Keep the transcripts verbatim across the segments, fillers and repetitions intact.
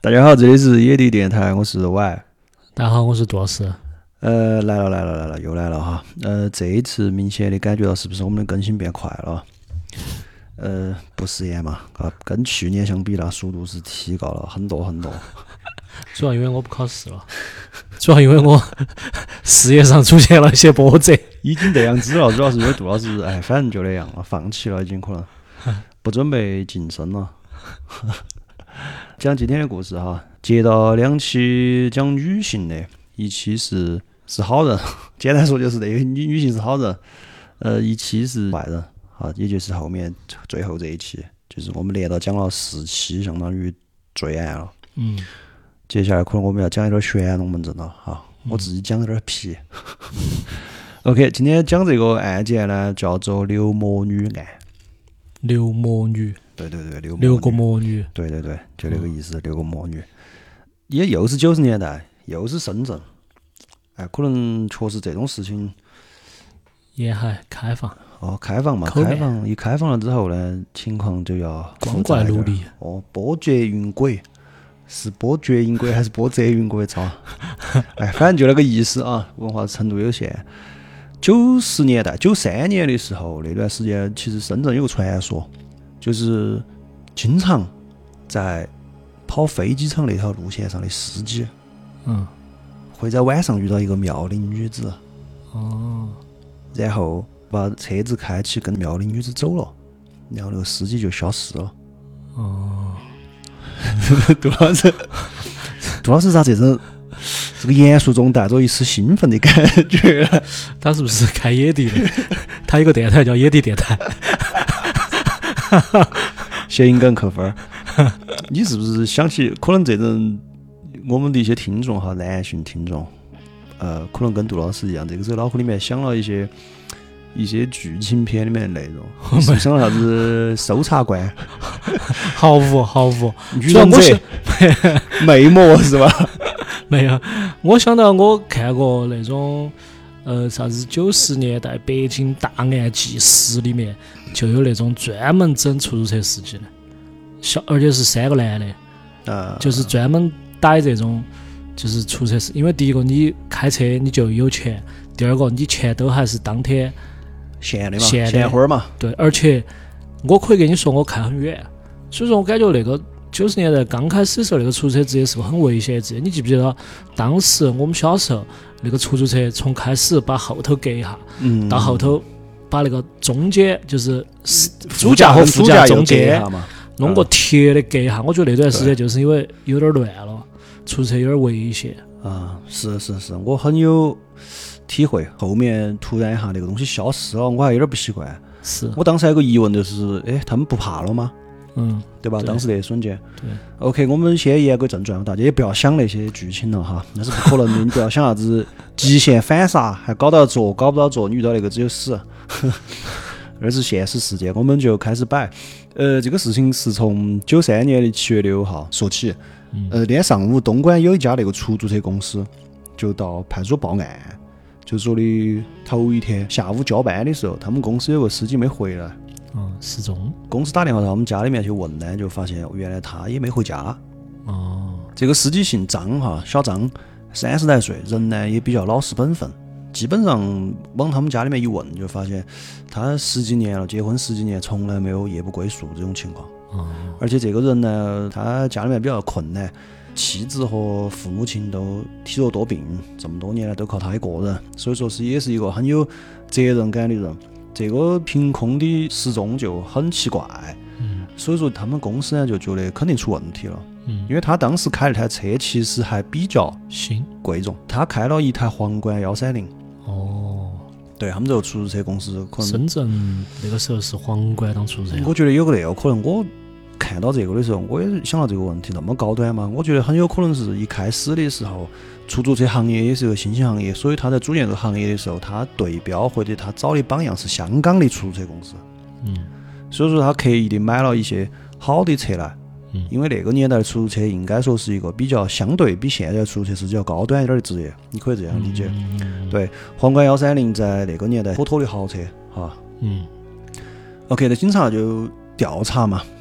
大家好，这里是野地电台，我是 Y。 大家好，我是杜老师。 呃，来了来了来了，又来了哈。呃，这一次明显的感觉到是不是我们的更新变快了？呃，不食言嘛，啊，跟去年相比，那速度是提高了很多很多。 主要因为我不考试了，主要因为我事业上出现了一些波折。 已经这样子了，主要是因为杜老师，哎，反正就那样了，放弃了，已经可能不准备晋升了。讲今天的故事哈，接到两期讲女性的，一期是是好人，简单说就是那个女女性是好人，呃，一期是坏人，啊，也就是后面最后这一期，就是我们连到讲了四期，相当于最案了。 嗯， 接下来可能我们要讲一点玄龙门阵了哈，我自己讲有点皮。OK， 今天讲这个案件呢，叫做刘魔女案。 刘魔女， 对对对，刘刘个魔女， 对对对，就那个意思，刘个魔女，也又是九十年代，又是深圳，哎，可能确实这种事情沿海开放， 哦，开放嘛，开放一开放了之后呢，情况就要光怪陆离， 哦，波谲云诡，是波谲云诡还是波谲云诡？操，哎，反正就那个意思啊，文化程度有限。九十年代，九三年的时候，那段时间其实深圳有个传说，就是经常在跑飞机场那条路线上的司机， 嗯， 会在晚上遇到一个妙龄女子， 哦， 然后把车子开起，跟妙龄女子走了，然后那个司机就消失了。 哦， 杜老师，杜老师咋这种？这个严肃中带着一丝兴奋的感觉， 他是不是开野地的？他有个电台叫野地电台， 谐音梗扣分。你是不是想起可能这种我们的一些听众哈，男性听众，呃，可能跟杜老师一样，这个时候脑壳里面想了一些一些剧情片里面的内容，是想了啥子搜查官， 毫无毫无， 女忍者，魅魔是吧？ 没有，我想到我看过那种呃啥子九十年代北京大案纪实里面就有那种专门整出租车司机的，小而且是三个男的， 呃， 就是专门逮这种就是出租车司，因为第一个你开车你就有钱，第二个你钱都还是当天现的嘛， 现现花嘛， 对，而且我可以跟你说我开很远，所以说我感觉那个。九十年代刚开始的时候，那个出租车职业是个很危险的职业。你记不记得当时我们小时候，那个出租车从开始把后头隔一下， 嗯， 到后头把那个中间就是主驾和副驾中间弄个铁的隔一下。我觉得那段时间就是因为有点乱了，出租车有点危险啊。是是是，我很有体会。后面突然一下那个东西消失了，我还有点不习惯。 是我当时还有个疑问，就是哎，他们不怕了吗？ 嗯， 对吧？ 对当时那一瞬间， 对 ，OK， 我们先言归正传，大家也不要想那些剧情了哈，那是不可能的。你不要想啥子极限反杀，还搞到做，搞不到做，你遇到那个只有死，而是现实事件。我们就开始摆。呃，这个事情是从九三年的七月六号说起。 嗯、 呃，那天上午，东莞有一家那个出租车公司就到派出所报案，就说的头一天下午交班的时候，他们公司有个司机没回来。 嗯，失踪。 公司打电话到我们家里面去问呢，就发现原来他也没回家。 哦， 这个司机姓张哈，小张，三十来岁，人呢也比较老实本分。基本上往他们家里面一问，就发现他十几年了，结婚十几年，从来没有夜不归宿这种情况。 哦， 而且这个人呢，他家里面比较困难，妻子和父母亲都体弱多病，这么多年来都靠他一个人，所以说是也是一个很有责任感的人。这个凭空的失踪就很奇怪， 嗯， 所以说他们公司呢就觉得肯定出问题了， 嗯， 因为他当时开的台车其实还比较新贵重，他开了一台皇冠幺三零， 哦， 对他们这个出租车公司可能深圳那个时候是皇冠当出租车， 我觉得有个那个可能，我看到这个的时候，我也想到这个问题，那么高端吗？我觉得很有可能是一开始的时候。出租车行业也是个新兴行业，所以他在组建这个行业的时候，他对标或者他找的榜样是香港的出租车公司。 嗯， 所以说他刻意的买了一些好的车来， 嗯， 因为那个年代的出租车应该说是一个比较相对比现在的出租车是比较高端一点的职业，你可以这样理解。 嗯、 对，皇冠幺三零在那个年代妥妥的豪车哈。 嗯 ，OK， 那警察就调查嘛，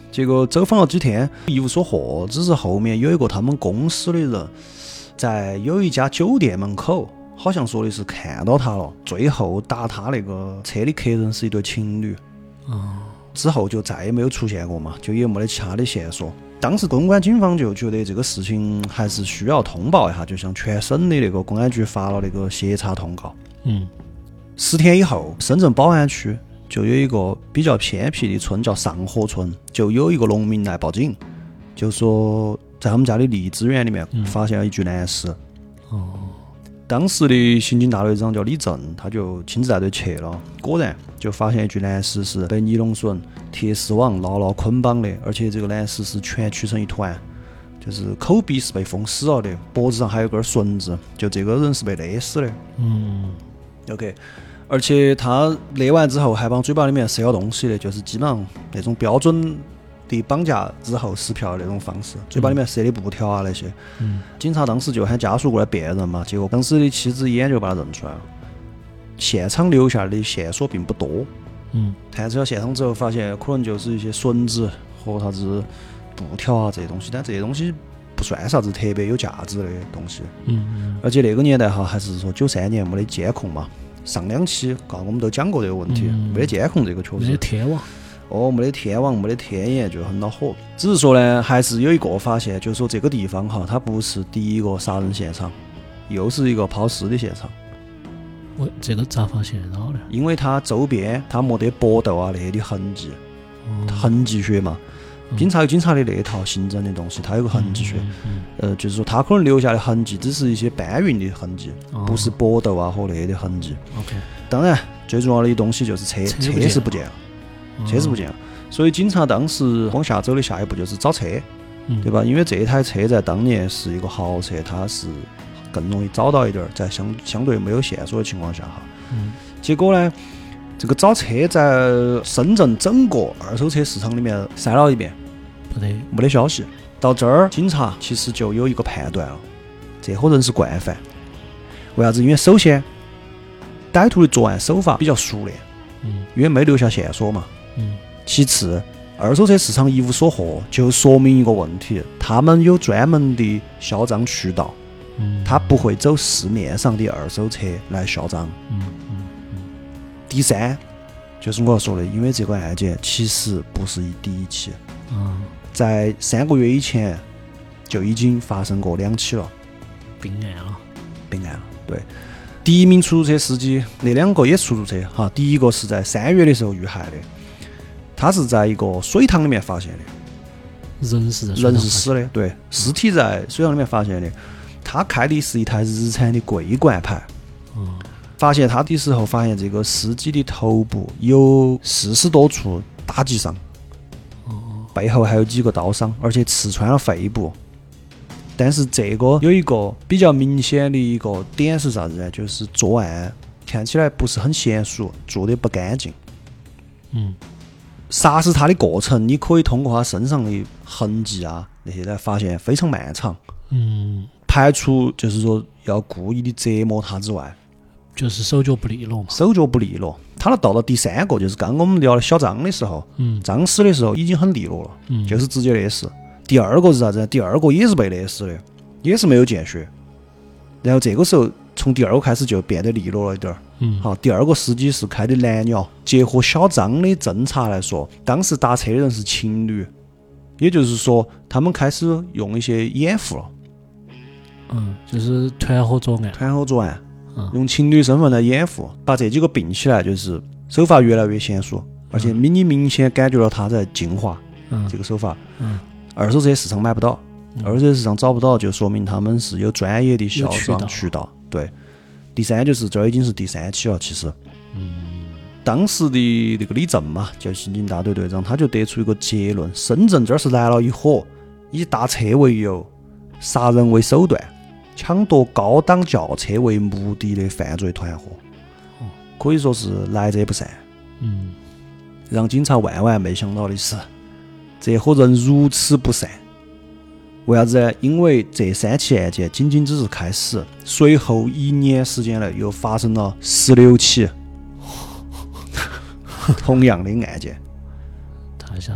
结果走访了几天，一无所获。只是后面有一个他们公司的人，在有一家酒店门口，好像说的是看到他了。最后打他那个车的客人是一对情侣。 哦， 之后就再也没有出现过嘛，就也没得其他的线索。当时公安警方就觉得这个事情还是需要通报一下，就向全省的那个公安局发了那个协查通告。 嗯， 十天以后，深圳宝安区就有一个比较偏僻的村叫上河村，就有一个农民来报警，就说在他们家的荔枝园里面发现了一具男尸。 哦， 当时的刑警大队长叫李正，他就亲自带队去了，果然就发现一具男尸是被尼龙绳、铁丝网牢牢捆绑的，而且这个男尸是蜷曲成一团，就是口鼻是被封死了的，脖子上还有根绳子，就这个人是被勒死的。 嗯 OK， 而且他勒完之后还往嘴巴里面塞了东西的，就是基本上那种标准的绑架之后撕票的那种方式，嘴巴里面塞的布条啊那些。 嗯， 警察当时就喊家属过来辨认嘛，结果当时的妻子一眼就把他认出来了。现场留下的线索并不多。 嗯， 探测了现场之后，发现可能就是一些绳子和啥子布条啊这些东西，但这些东西不算啥子特别有价值的东西。 嗯嗯， 而且那个年代哈，还是说九三年没得监控嘛，上两期刚我们都讲过这个问题， 嗯、 没得监控这个确实。 没得天网。 哦，没得天网，没得天眼，就很恼火。只是说呢，还是有一个发现，就是说这个地方哈，它不是第一个杀人现场，又是一个抛尸的现场。 我这个咋发现到的？ 因为它周边它没得搏斗啊那些的痕迹， 哦、 痕迹学嘛。 嗯、 警察有警察的那一套刑侦的东西，它有个痕迹学。 嗯嗯嗯、呃，就是说它可能留下的痕迹只是一些搬运的痕迹， 哦、 不是搏斗啊和那些的痕迹。 OK。 当然，最重要的东西就是车， 车车是不见了，车是不见了。所以警察当时往下走的下一步就是找车， 嗯、 对吧？因为这台车在当年是一个豪车，它是更容易找到一点，在相相对没有线索的情况下哈。 嗯。 结果呢，这个找车在深圳整个二手车市场里面筛了一遍， 不得， 没得消息。到这儿，警察其实就有一个判断了，这伙人是惯犯。为啥子？因为首先，歹徒的作案手法比较熟练， 嗯， 因为没留下线索嘛， 嗯。 其次，二手车市场一无所获，就说明一个问题：他们有专门的销赃渠道， 嗯， 他不会走市面上的二手车来销赃。 嗯嗯嗯。 第三，就是我要说的，因为这个案件其实不是第一起， 嗯， 在三个月以前就已经发生过两起了， 并案了， 并案了。对，第一名出租车司机，那两个也是出租车哈，第一个是在三月的时候遇害的。他是在一个水塘里面发现的， 人是在人是死的，对，尸体在水塘里面发现的。他开的是一台日产的桂冠牌， 嗯， 发现他的时候，发现这个司机的头部有四十多处打击伤， 哦， 背后还有几个刀伤，而且刺穿了肺部。但是这个有一个比较明显的一个点是啥子呢？就是作案看起来不是很娴熟，做得不干净。 嗯。 杀死他的过程，你可以通过他身上的痕迹啊那些来发现非常漫长。 嗯， 排除就是说要故意的折磨他之外， 就是手脚不利落嘛。 手脚不利落。他到了第三个，就是刚刚我们聊的小张的时候， 嗯， 张尸的时候已经很利落了， 嗯， 就是直接勒死。第二个是啥子？第二个也是被勒死的，也是没有见血。然后这个时候，从第二个开始就变得利落了一点儿。 嗯， 好，第二个司机是开的蓝鸟。结合小张的侦查来说，当时打车的人是情侣，也就是说，他们开始用一些掩护了。 嗯，就是团伙作案。 团伙作案， 嗯， 用情侣身份来掩护，把这几个并起来，就是手法越来越娴熟，而且你明显感觉到他在进化。 嗯， 这个手法， 嗯， 二手车市场买不到， 嗯、 二手车市场找不到，就说明他们是有专业的销赃渠道。对。第三就是这儿已经是第三起了，其实， 嗯， 当时的那个李正嘛，叫刑警大队队长，他就得出一个结论：深圳这儿是来了一伙以打车为由、杀人为手段、抢夺高档轿车为目的的犯罪团伙， 哦， 可以说是来者不善。 嗯， 让警察万万没想到的是，这伙人如此不善。为啥子呢？因为这三起案件仅仅只是开始，随后一年时间内又发生了十六起同样的案件， 太吓人了。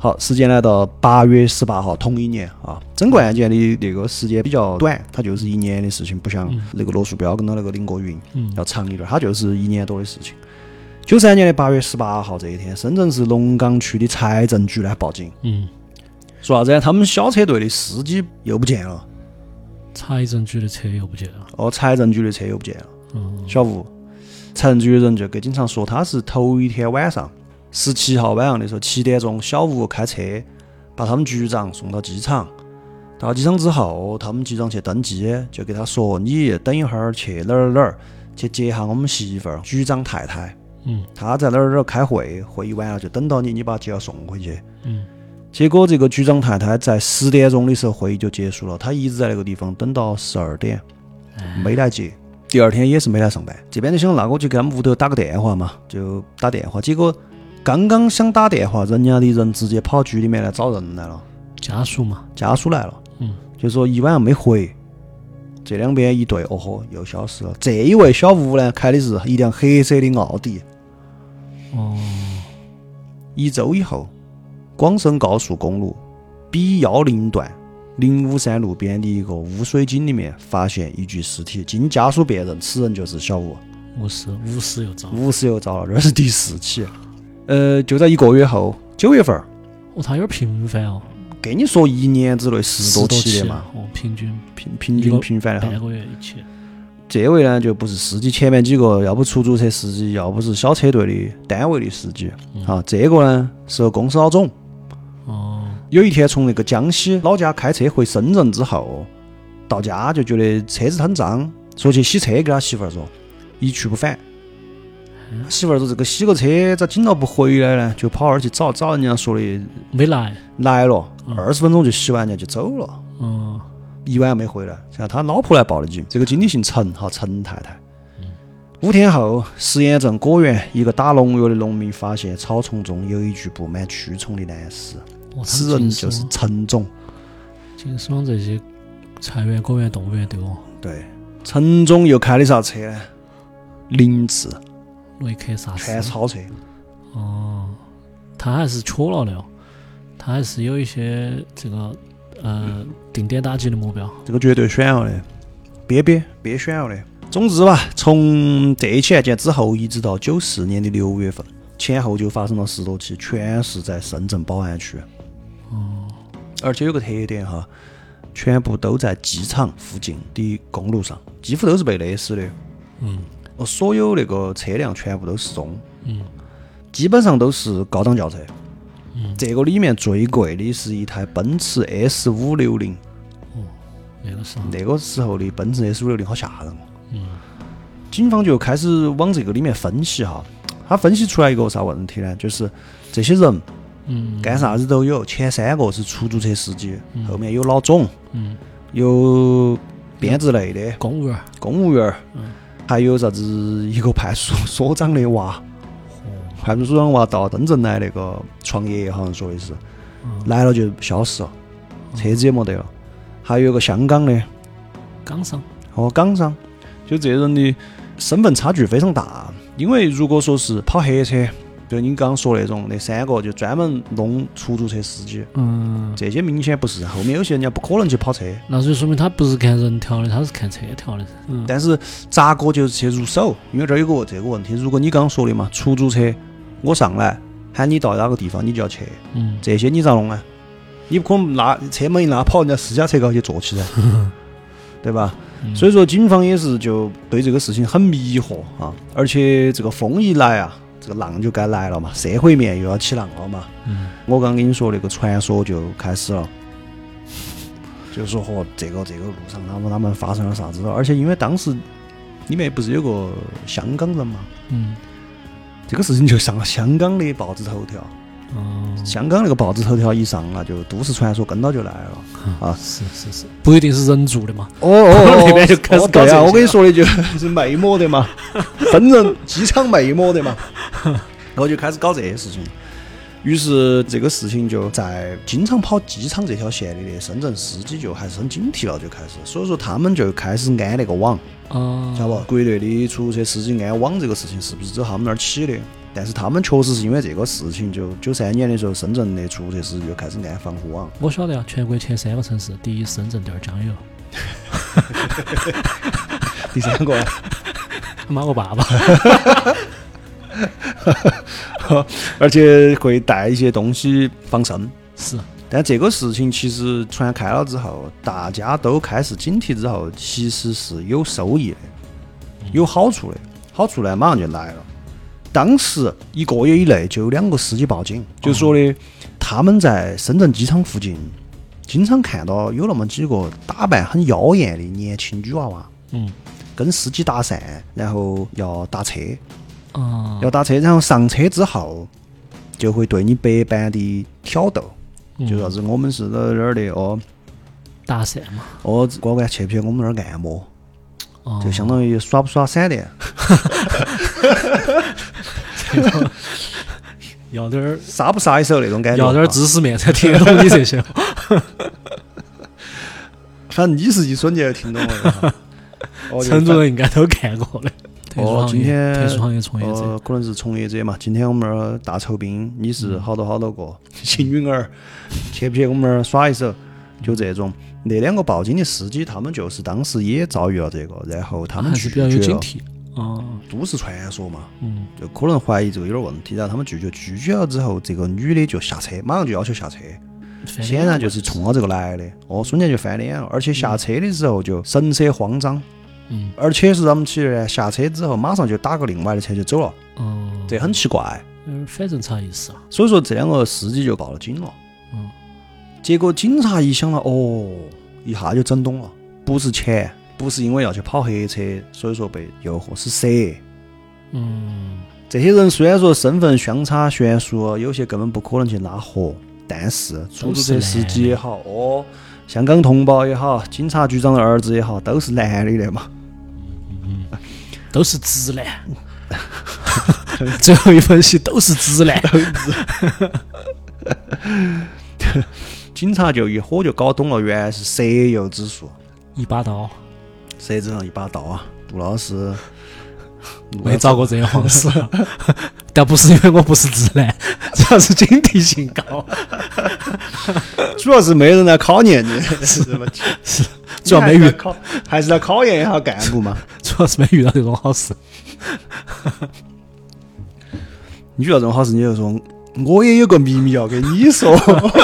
好，时间来到八月十八号同一年啊。整个案件的那个时间比较短，它就是一年的事情，不像那个罗树标跟到那个林国云、 嗯、 要长一点，它就是一年多的事情。九三年的八月十八号这一天，深圳市龙岗区的财政局呢报警， 嗯， 说啥子呢？他们小车队的司机又不见了。 财政局的车又不见了。 哦，财政局的车又不见了。 嗯， 小吴，财政局的人就给警察说，他是头一天晚上十七号晚上的时候七点钟，小吴开车把他们局长送到机场。到机场之后，他们局长去登记，就给他说：“你等一会儿去哪儿哪儿去接下我们媳妇儿，局长太太。 嗯， 他在哪儿哪儿开会，会议完了就等到你，你把姐要送回去。” 嗯， 结果这个局长太太在十点钟的时候会议就结束了，他一直在那个地方等到十二点，没来接。第二天也是没来上班。这边就想那我就给他们屋头打个电话嘛，就打电话。结果刚刚想打电话，人家的人直接跑局里面来找人来了， 家属嘛， 家属来了。 嗯， 就说一晚上没回。这两边一对，哦豁，又消失了。这一位小吴呢，开的是一辆黑色的奥迪。 哦， 一周以后，广深高速公路 B 一零段零五三路边的一个污水井里面发现一具尸体，经家属辨认，此人就是小吴。 五十五十又遭了， 五十又遭了，这是第四起。呃，就在一个月后，九月份， 哦，他有点频繁哦。 跟你说，一年之内十多起的嘛， 哦，平均平平均频繁的哈。 半个月一起。 这位呢，就不是司机，前面几个要不出租车司机，要不是小车队的单位的司机。 嗯、 啊，这个呢是个公司老总。 哦。 有一天从那个江西老家开车回深圳之后，到家就觉得车子很脏，说去洗车，给他媳妇儿说，一去不返。嗯、媳妇儿说这个洗个车咋紧了不回来呢？就跑那儿去找，找人家说的没来， 来了，二十、 嗯、 分钟就洗完，人家就走了。 嗯。 一晚上没回来，然后他老婆来报的警。这个经理姓陈，哈，陈太太。 嗯、 五天后，石岩镇果园一个打农药的农民发现草丛中有一具布满蛆虫的男尸， 哦、 此人就是陈总。 金丝网这些菜园、果园、动物园都有。 对，陈总又开的啥车呢？凌志。 雷克萨斯。 全超车。 哦，他还是确了的哦，他还是有一些这个。呃，定点打击的目标， 这个绝对选了的，憋憋憋选了的。总之吧，从这一起案件之后，一直到九四年的六月份，前后就发生了十多起，全是在深圳宝安区。 哦， 而且有个特点哈，全部都在机场附近的公路上，几乎都是被勒死的。 嗯， 哦，所有那个车辆全部都失踪。 嗯， 基本上都是高档轿车。 嗯， 这个里面最贵的是一台奔驰 S 五六零。 哦，那个时候， 那个时候的奔驰 S 五六零好吓人哦。 嗯， 警方就开始往这个里面分析哈，他分析出来一个啥问题呢？就是这些人， 嗯， 干啥子都有。前三个是出租车司机， 嗯、 后面有老总， 嗯， 有编制内的公务员， 公务员， 嗯， 还有啥子一个派出所长的娃。派出所长娃到深圳来那个创业，好像说的是， 嗯、 来了就消失了，车子也没得了。还有一个香港的港商， 哦，港商，就这人的身份差距非常大。因为如果说是跑黑车，就你刚刚说那种，那三个就专门弄出租车司机， 嗯， 这些明显不是。后面有些人家不可能去跑车， 那就说明他不是看人挑的，他是看车挑的。嗯， 但是咋个就是去入手？因为这儿有个这个问题，如果你刚刚说的嘛，出租车。我上来喊你到哪个地方，你就要去。 嗯， 这些你咋弄啊？你不可能拉车门一拉跑人家私家车高去坐起噻，对吧？嗯、所以说警方也是就对这个事情很迷惑啊。而且这个风一来啊，这个浪就该来了嘛，社会面又要起浪了嘛。 嗯， 我刚跟你说那个传说就开始了，就是说和这个这个路上他们他们发生了啥子？而且因为当时里面不是有个香港人嘛， 嗯。 这个事情就上了香港的报纸头条， 哦， 香港那个报纸头条一上了，就都市传说跟到就来了、 嗯、 啊！ 是是是，不一定是人做的嘛。 哦哦， 那边就开始搞这些、 哦、对啊，我跟你说的就是魅魔的嘛，真人机场魅魔的嘛，然后就开始搞这些事情。于是这个事情就在经常跑机场这条线里的深圳司机就还是很警惕了，就开始，所以说他们就开始安那个网。 哦， 晓得不？国内的出租车司机安网这个事情是不是走他们那儿起的？ 但是他们确实是因为这个事情，就九三年的时候，深圳的出租车司机就开始按防护网。 我晓得啊，全国前三个城市，第一深圳，第二江油， 第三个马我爸爸。 而且会带一些东西防身。 是， 但这个事情其实传开了之后，大家都开始警惕之后，其实是有收益的，有好处的。好处呢，马上就来了。当时一个月以内就有两个司机报警，就说的他们在深圳机场附近经常看到有那么几个打扮很妖艳的年轻女娃娃， 嗯， 跟司机搭讪，然后要打车， 啊， 要打车，然后上车之后就会对你百般的挑逗，就啥子我们是哪儿的哦， 搭讪嘛， 哦，哥哥去不去我们那儿按摩？ 哦， 就相当于耍不耍闪电， 要点儿杀不杀一手那种感觉， 要点儿知识面才听得懂你这些。 反正你是一瞬间就听懂了。哦成都人应该都看过的。 哦，今天特殊行业从业者， 呃，可能是从业者嘛。今天我们那儿大酬宾，你是好多好多个幸运儿，去不去我们那儿耍一手？就这种。那两个报警的司机，他们就是当时也遭遇了这个，然后他们拒绝了。 还是比较有警惕。哦， 都市传说嘛， 嗯， 就可能怀疑这个有点问题，然后他们拒绝，拒绝了之后，这个女的就下车，马上就要求下车。显然就是冲到这个来的，哦，瞬间就翻脸了，而且下车的时候就神色慌张， 嗯， 而且是他们起来下车之后，马上就打个另外的车就走了， 哦， 这很奇怪， 嗯，反正差意思啊， 所以说这两个司机就报了警了， 嗯， 结果警察一想了，哦，一下就整懂了，不是钱，不是因为要去跑黑车，所以说被诱惑，是色， 嗯， 这些人虽然说身份相差悬殊，有些根本不可能去拉合。但是出租车司机也好，哦，香港同胞也好，警察局长的儿子也好，都是男的的嘛， 嗯，都是直男。最后一分析都是直男。 警察就一伙就搞懂了，原来是色诱之术， 一把刀， 舌子上一把刀啊！杜老师没遭过这样方式。但不是因为我不是直男，主要是警惕性高。 主要是没人来考验你， 是是，主要没遇考，还是来考验一下干部嘛。 主要是没遇到这种好事。 你遇到这种好事，你就说我也有个秘密要跟你说。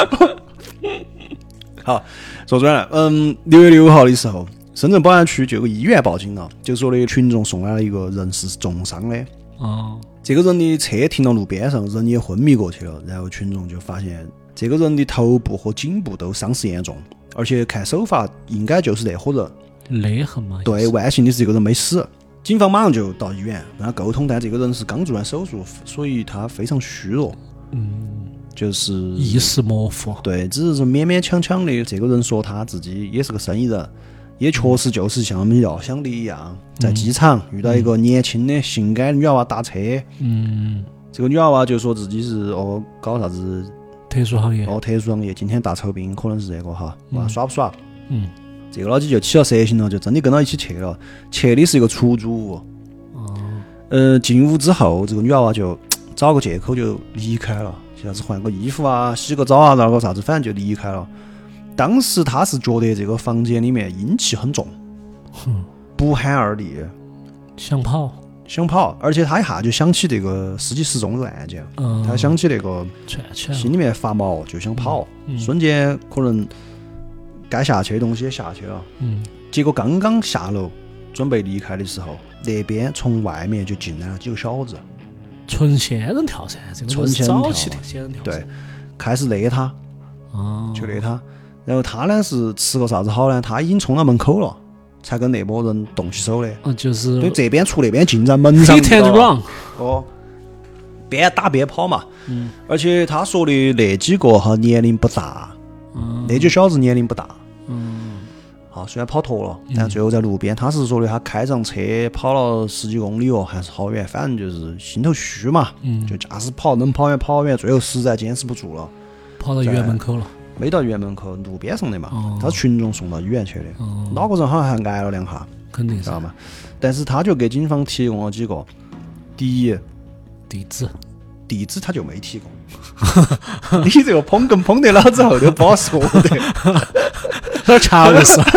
好，说转了，嗯，六月六号的时候，深圳宝安区就有个医院报警了，就说的群众送来了一个人是重伤的。 哦。 这个人的车停到路边上，人也昏迷过去了。然后群众就发现这个人的头部和颈部都伤势严重，而且看手法应该就是那伙人勒痕嘛。 对，万幸的是这个人没死。警方马上就到医院跟他沟通，但这个人是刚做完手术，所以他非常虚弱， 嗯， 就是意识模糊。 对，只是勉勉强强的。这个人说他自己也是个生意人。也确实就是像我们要想的一样，在机场遇到一个年轻的性感女娃娃打车， 嗯， 这个女娃娃就说自己是哦搞啥子特殊行业， 哦特殊行业，今天大酬宾可能是这个哈，哇耍不耍？ 嗯， 这个老几就起了色心了，就真的跟他一起去了，去的是一个出租屋。 哦， 呃，进屋之后，这个女娃娃就找个借口就离开了，像是换个衣服啊、洗个澡啊，然后啥子，反正就离开了。当时他是觉得这个房间里面阴气很重， 嗯， 不寒而栗， 想跑， 想跑，而且他一下就想起这个司机失踪这个案件，嗯，他想起那个，心里面发毛就想跑，嗯、瞬间可能该下去的东西也下去了，嗯，结果刚刚下楼准备离开的时候，那边从外面就进来了几个小子， 纯仙人跳噻，这个纯仙人跳， 仙人跳， 对，开始勒他， 哦， 就勒他。然后他呢是吃个啥子好呢？他已经冲到门口了，才跟那拨人动起手的。 嗯，就是对，这边出那边进，在门上。 Hit and run。 哦，边打边跑嘛。 嗯。 而且他说的那几个哈年龄不大， 嗯， 那几小子年龄不大。 嗯。 好，虽然跑脱了，但最后在路边，他是说的他开上车跑了十几公里哦，还是好远，反正就是心头虚嘛。 嗯。 就驾驶跑，能跑远跑远，最后实在坚持不住了， 跑到医院门口了。 没到医院门口，路边上的嘛， 哦、 他是群众送到医院去的，哦、脑壳上好像还挨了两下， 肯定知道吗？但是他就给警方提供了几个：第一， 地址， 地址他就没提供。你这个捧哏捧得老子后头不好说的。 那恰不是。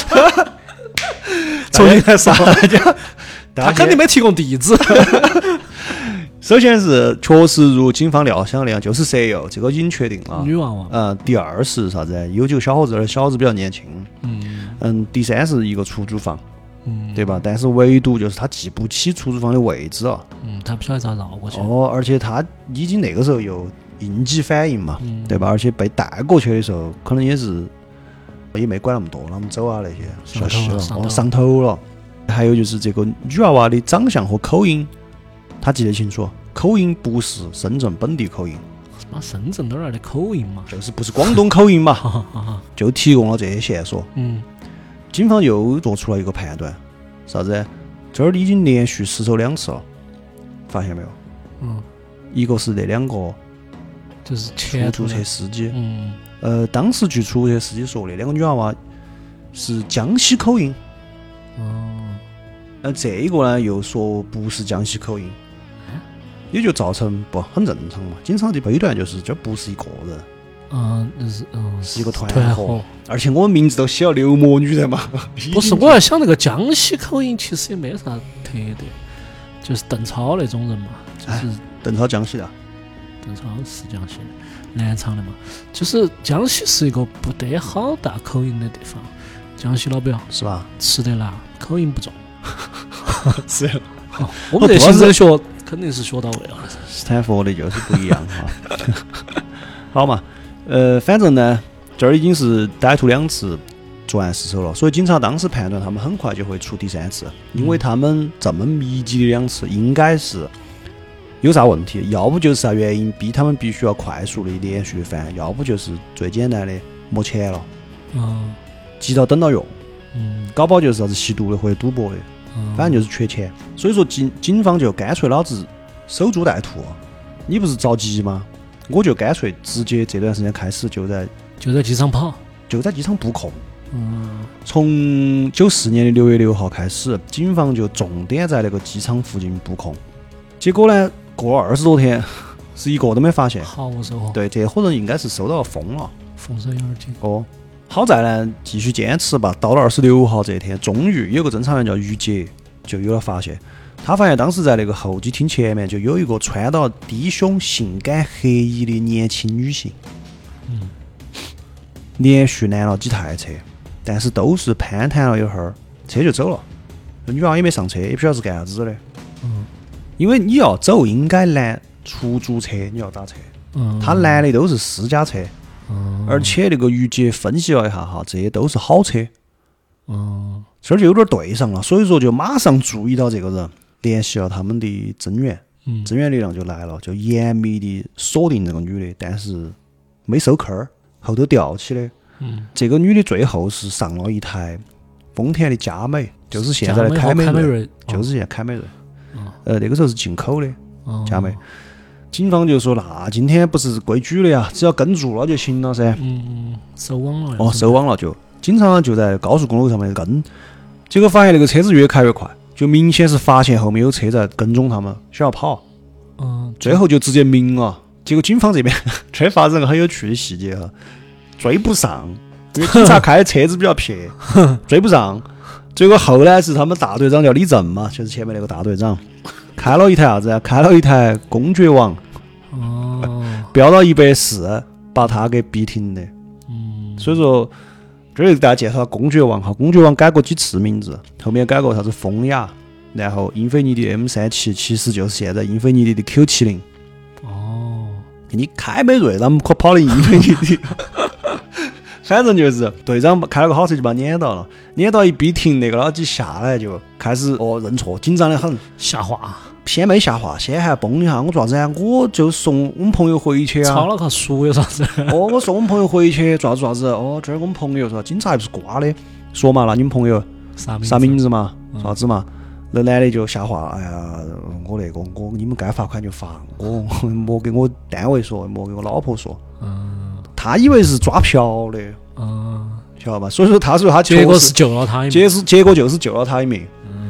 重新来说，他肯定没提供地址。 首先是确实如警方料想那样，就是蛇友，这个已经确定了。 女娃娃。 嗯，第二是啥子？有几个小伙子，而小伙子比较年轻。 嗯嗯，第三是一个出租房， 嗯， 对吧？但是唯独就是他记不起出租房的位置了。 嗯，他不晓得咋绕过去。 哦，而且他已经那个时候有应激反应嘛， 嗯、 对吧？而且被带过去的时候，可能也是也没管那么多，他们走啊那些消息了， 上头了哦，上头了。还有就是这个女娃娃的长相和口音，他记得清楚，口音不是深圳本地口音。 妈，深圳哪儿来的口音嘛？ 就是不是广东口音嘛？就提供了这些线索。 嗯， 警方又做出了一个判断，啥子？这儿已经连续失手两次了，发现没有？ 嗯， 一个是那两个就是出租车司机。 嗯， 呃，当时据出租车司机说，那两个女娃娃是江西口音。 哦。 呃，这一个呢又说不是江西口音，也就造成不很正常嘛。警察的推断就是这不是一个人， 嗯，就是嗯， 是一个团团伙。而且我们名字都写了刘魔女的嘛。 不是，我在想那个江西口音其实也没啥特点，就是邓超那种人嘛，就是邓超江西的。 邓超是江西的，南昌的嘛。就是江西是一个不得好大口音的地方，江西老表是吧？ 吃得辣，口音不重。 是。 哦、我们这行政学肯定是学到位了。 斯坦福的就是不一样哈。好嘛，呃，反正呢，这儿已经是歹徒两次作案失手了，所以警察当时判断他们很快就会出第三次，因为他们这么密集的两次，应该是有啥问题，要不就是啥原因逼他们必须要快速的连续犯，要不就是最简单的没钱了， 嗯， 急到等到用， 嗯， 搞不好就是啥子吸毒的或者赌博的， 嗯， 反正就是缺钱，所以说警警方就干脆老子守株待兔，你不是着急吗？我就干脆直接这段时间开始就在就在机场跑， 就在机场布控。 嗯， 从九四年的六月六号开始，警方就重点在那个机场附近布控。结果呢，过了二十多天，是一个都没发现。 好收获。 对，这伙人应该是收到风了。 风声有点紧。 哦，好在呢，继续坚持吧。到了二十六号这天，终于有个侦查员叫于杰，就有了发现。他发现当时在那个候机厅前面就有一个穿到低胸性感黑衣的年轻女性， 嗯， 连续拦了几台车，但是都是攀谈了一会儿，车就走了。女娃也没上车，也不晓得是干啥子的。 嗯， 因为你要走应该拦出租车，你要打车。 嗯， 他拦的都是私家车， 嗯， 而且那个于杰分析了一下哈，这些都是好车。 嗯， 这就有点对上了，所以说就马上注意到这个人。联系了他们的增援， 嗯， 增援力量就来了，就严密的锁定这个女的，但是没收坑儿，后头吊起的。 嗯， 这个女的最后是上了一台丰田的佳美，就是现在的凯美瑞，就是现在凯美瑞。 哦、 呃，那个时候是进口的佳美。 哦、 警方就说：“那今天不是规矩了呀，只要跟住了就行了噻。” 嗯，收网了。 哦，收网了就，警察就在高速公路上面跟，结果发现那个车子越开越快。就明显是发现后面有车在跟踪他们，想要跑， 嗯， 最后就直接明了。结果警方这边却发生了很有趣的细节哈，追不上，因为警察开的车子比较撇，追不上。结果后来是他们大队长叫李正嘛，就是前面那个大队长，开了一台啥子啊？开了一台公爵王， 哦， 飙到一百四，把他给逼停的。 嗯， 所以说。这里给大家介绍公爵王哈，公爵王改过几次名字，后面改过啥子风雅，然后英菲尼迪 M 三七其实就是现在英菲尼迪的 Q 七零。 哦， 你凯美瑞咱们可跑的英菲尼迪，反正就是队长开了个好车就把他撵到了，撵到一逼停，那个老几下来就开始哦认错，紧张的很， 下话。 先没下话，先还崩一下，我做啥子啊？我就送我们朋友回去啊。 抄了个书有啥子？ 哦，我送我们朋友回去，做啥子做啥子？哦，这儿我们朋友说，警察又不是瓜的，说嘛，那你们朋友啥名啥名字嘛？ 嗯、 啥子嘛？那男的就下话，哎呀，我那个我你们该罚款就罚，我我莫给我单位说，莫给我老婆说。 嗯， 他以为是抓嫖的， 嗯， 晓得吧？所以说他说他结果是救了他一命， 结是结果就是救了他一命。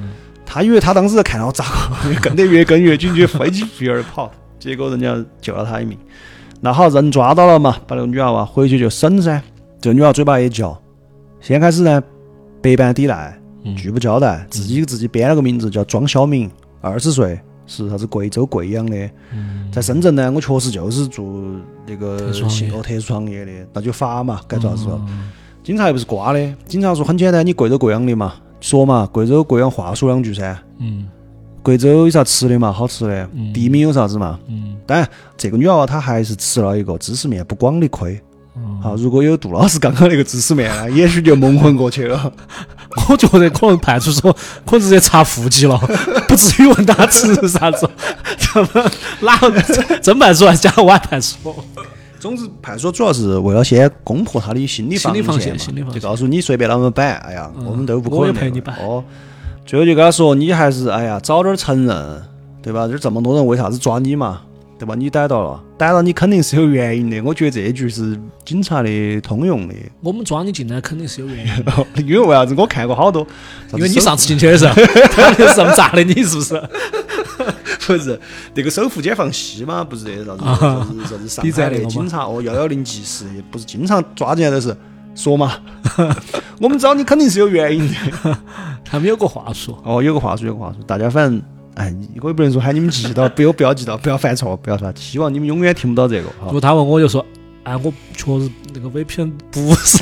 他以为他当时看到咋个跟得越跟越紧，就飞起飞儿跑，结果人家救了他一命。那好，人抓到了嘛，把那个女娃娃回去就审噻。这个女娃嘴巴也叫，先开始呢百般抵赖，拒不交代，自己自己编了个名字叫庄小明，二十岁，是啥子贵州贵阳的，在深圳呢，我确实就是做那个性哦特殊行业的，那就罚嘛，该做啥子了。警察又不是瓜的，警察说很简单，你贵州贵阳的嘛，说嘛，贵州贵阳话说两句噻。嗯。贵州有啥吃的嘛？好吃的。嗯。地名有啥子嘛？嗯。当然，这个女娃娃她还是吃了一个知识面不广的亏。嗯。好，如果有杜老师刚刚那个知识面呢，也许就蒙混过去了。 我觉得可能派出所可能直接查户籍了，不至于问他吃啥子。怎么哪真派出所加外派出所？ 总之，派出所主要是为了先攻破他的心理防线嘛，就告诉你随便啷么摆，哎呀，嗯、我们都不可能。 我也陪你摆。 哦，最后就跟他说，你还是哎呀早点承认，对吧？这这么多人为啥子抓你嘛？对吧？你逮到了，逮到你肯定是有原因的。我觉得这一句是警察的通用的。 我们抓你进来肯定是有原因的， 因为为啥子？我看过好多， 因为你上次进去的时候，他就是这么炸的，你是不是？ 不是那个首富解放西嘛？不是这啥子啥子啥子上海的警察哦，幺幺零及时，不是经常抓进来的是说嘛？我们找你肯定是有原因的。 他们有个话术哦，有个话术，有个话术，大家反正。哎，我也不能说喊你们记到，不要不要记到，不要犯错，不要啥。希望你们永远听不到这个。 如果他问我就说，哎，我确实那个 V P N 不是。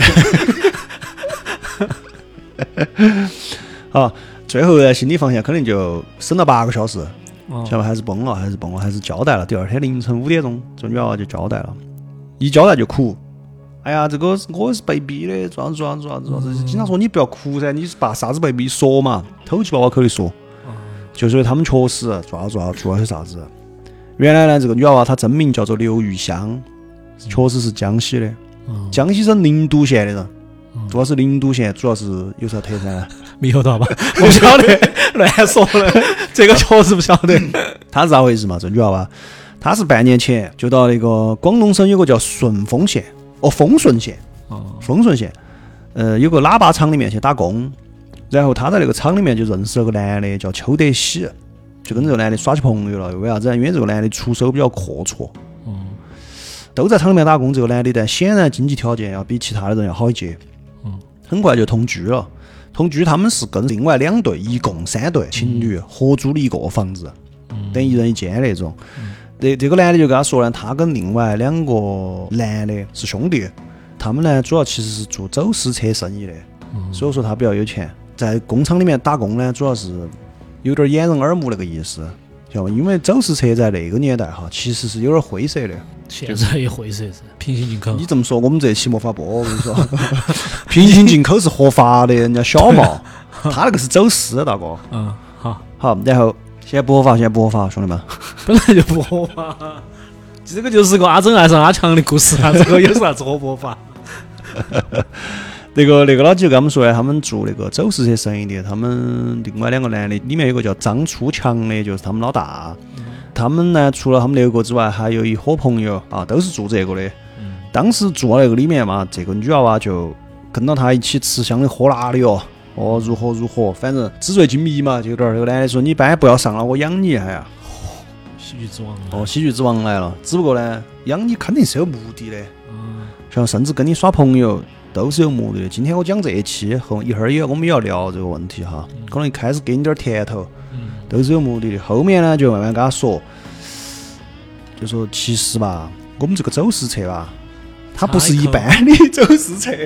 好，最后呢，心理防线肯定就审了八个小时，晓得、哦、还是崩了，还是崩了，还是交代了。第二天凌晨五点钟，这女娃娃就交代了，一交代就哭。哎呀，这个我是被逼的，做啥子做啥子做啥子做啥子。经常说你不要哭噻，你把啥子被逼说嘛，偷鸡把我口里说。就是因为他们确实做啥做啥做了些啥子。原来呢，这个女娃娃她真名叫做刘玉香，确实是江西的，嗯、江西省宁都县的人。嗯、主要是宁都县，主要是有啥特产呢？ 猕猴桃吧？我不晓得，乱说了，这个确实不晓得。 她是咋回事嘛？这女娃娃，她是半年前就到那个广东省有个叫顺丰县，哦，丰顺县，哦，丰顺县，呃，有个喇叭厂里面去打工。然后他在那个厂里面就认识了个男的叫邱德喜，就跟这个男的耍起朋友了。为啥子？因为这个男的出手比较阔绰，嗯，都在厂里面打工。这个男的但显然经济条件要比其他的人要好一截，嗯，很快就同居了。同居他们是跟另外两对，一共三对情侣合租了一个房子，嗯、等一人一间那种。嗯、这这个男的就跟他说呢，他跟另外两个男的是兄弟，他们呢主要其实是做走私车生意的，嗯、所以说他比较有钱。在工厂里面打工呢，主要是有点掩人耳目那个意思，晓得吗？因为走私车在那个年代哈，其实是有点灰色的。 现在也灰色是平行进口。 你这么说，我们这期没法播。我跟你说，平行进口是合法的，人家小毛，他那个是走私，大哥。 嗯，好， 好，然后现在不合法，现在不合法，兄弟们， 本来就不合法。这个就是个阿珍爱上阿强的故事啊，这个有啥子合不合法？ 那个那个老几就跟我们说呢，他们做那个走私车生意的，他们另外两个男的，里面有个叫张初强的，就是他们老大。嗯、他们呢，除了他们六个之外，还有一伙朋友啊，都是做这个的。嗯、当时做那个里面嘛，这个女娃娃就跟到他一起吃香的喝辣的哟，哦，如何如何，反正纸醉金迷嘛，就有点。这个男的说：“你班不要上了，我养你。”哎呀， 喜剧之王哦，喜剧之王来了。只不过呢，养你肯定是有目的的，嗯，像甚至跟你耍朋友。都是有目的的。今天我讲这一期和一会儿也我们也要聊这个问题哈，嗯、可能一开始给你点甜头，嗯、都是有目的的。后面呢就慢慢跟他说，就说其实吧，我们这个走私车吧，它不是一般的走私车。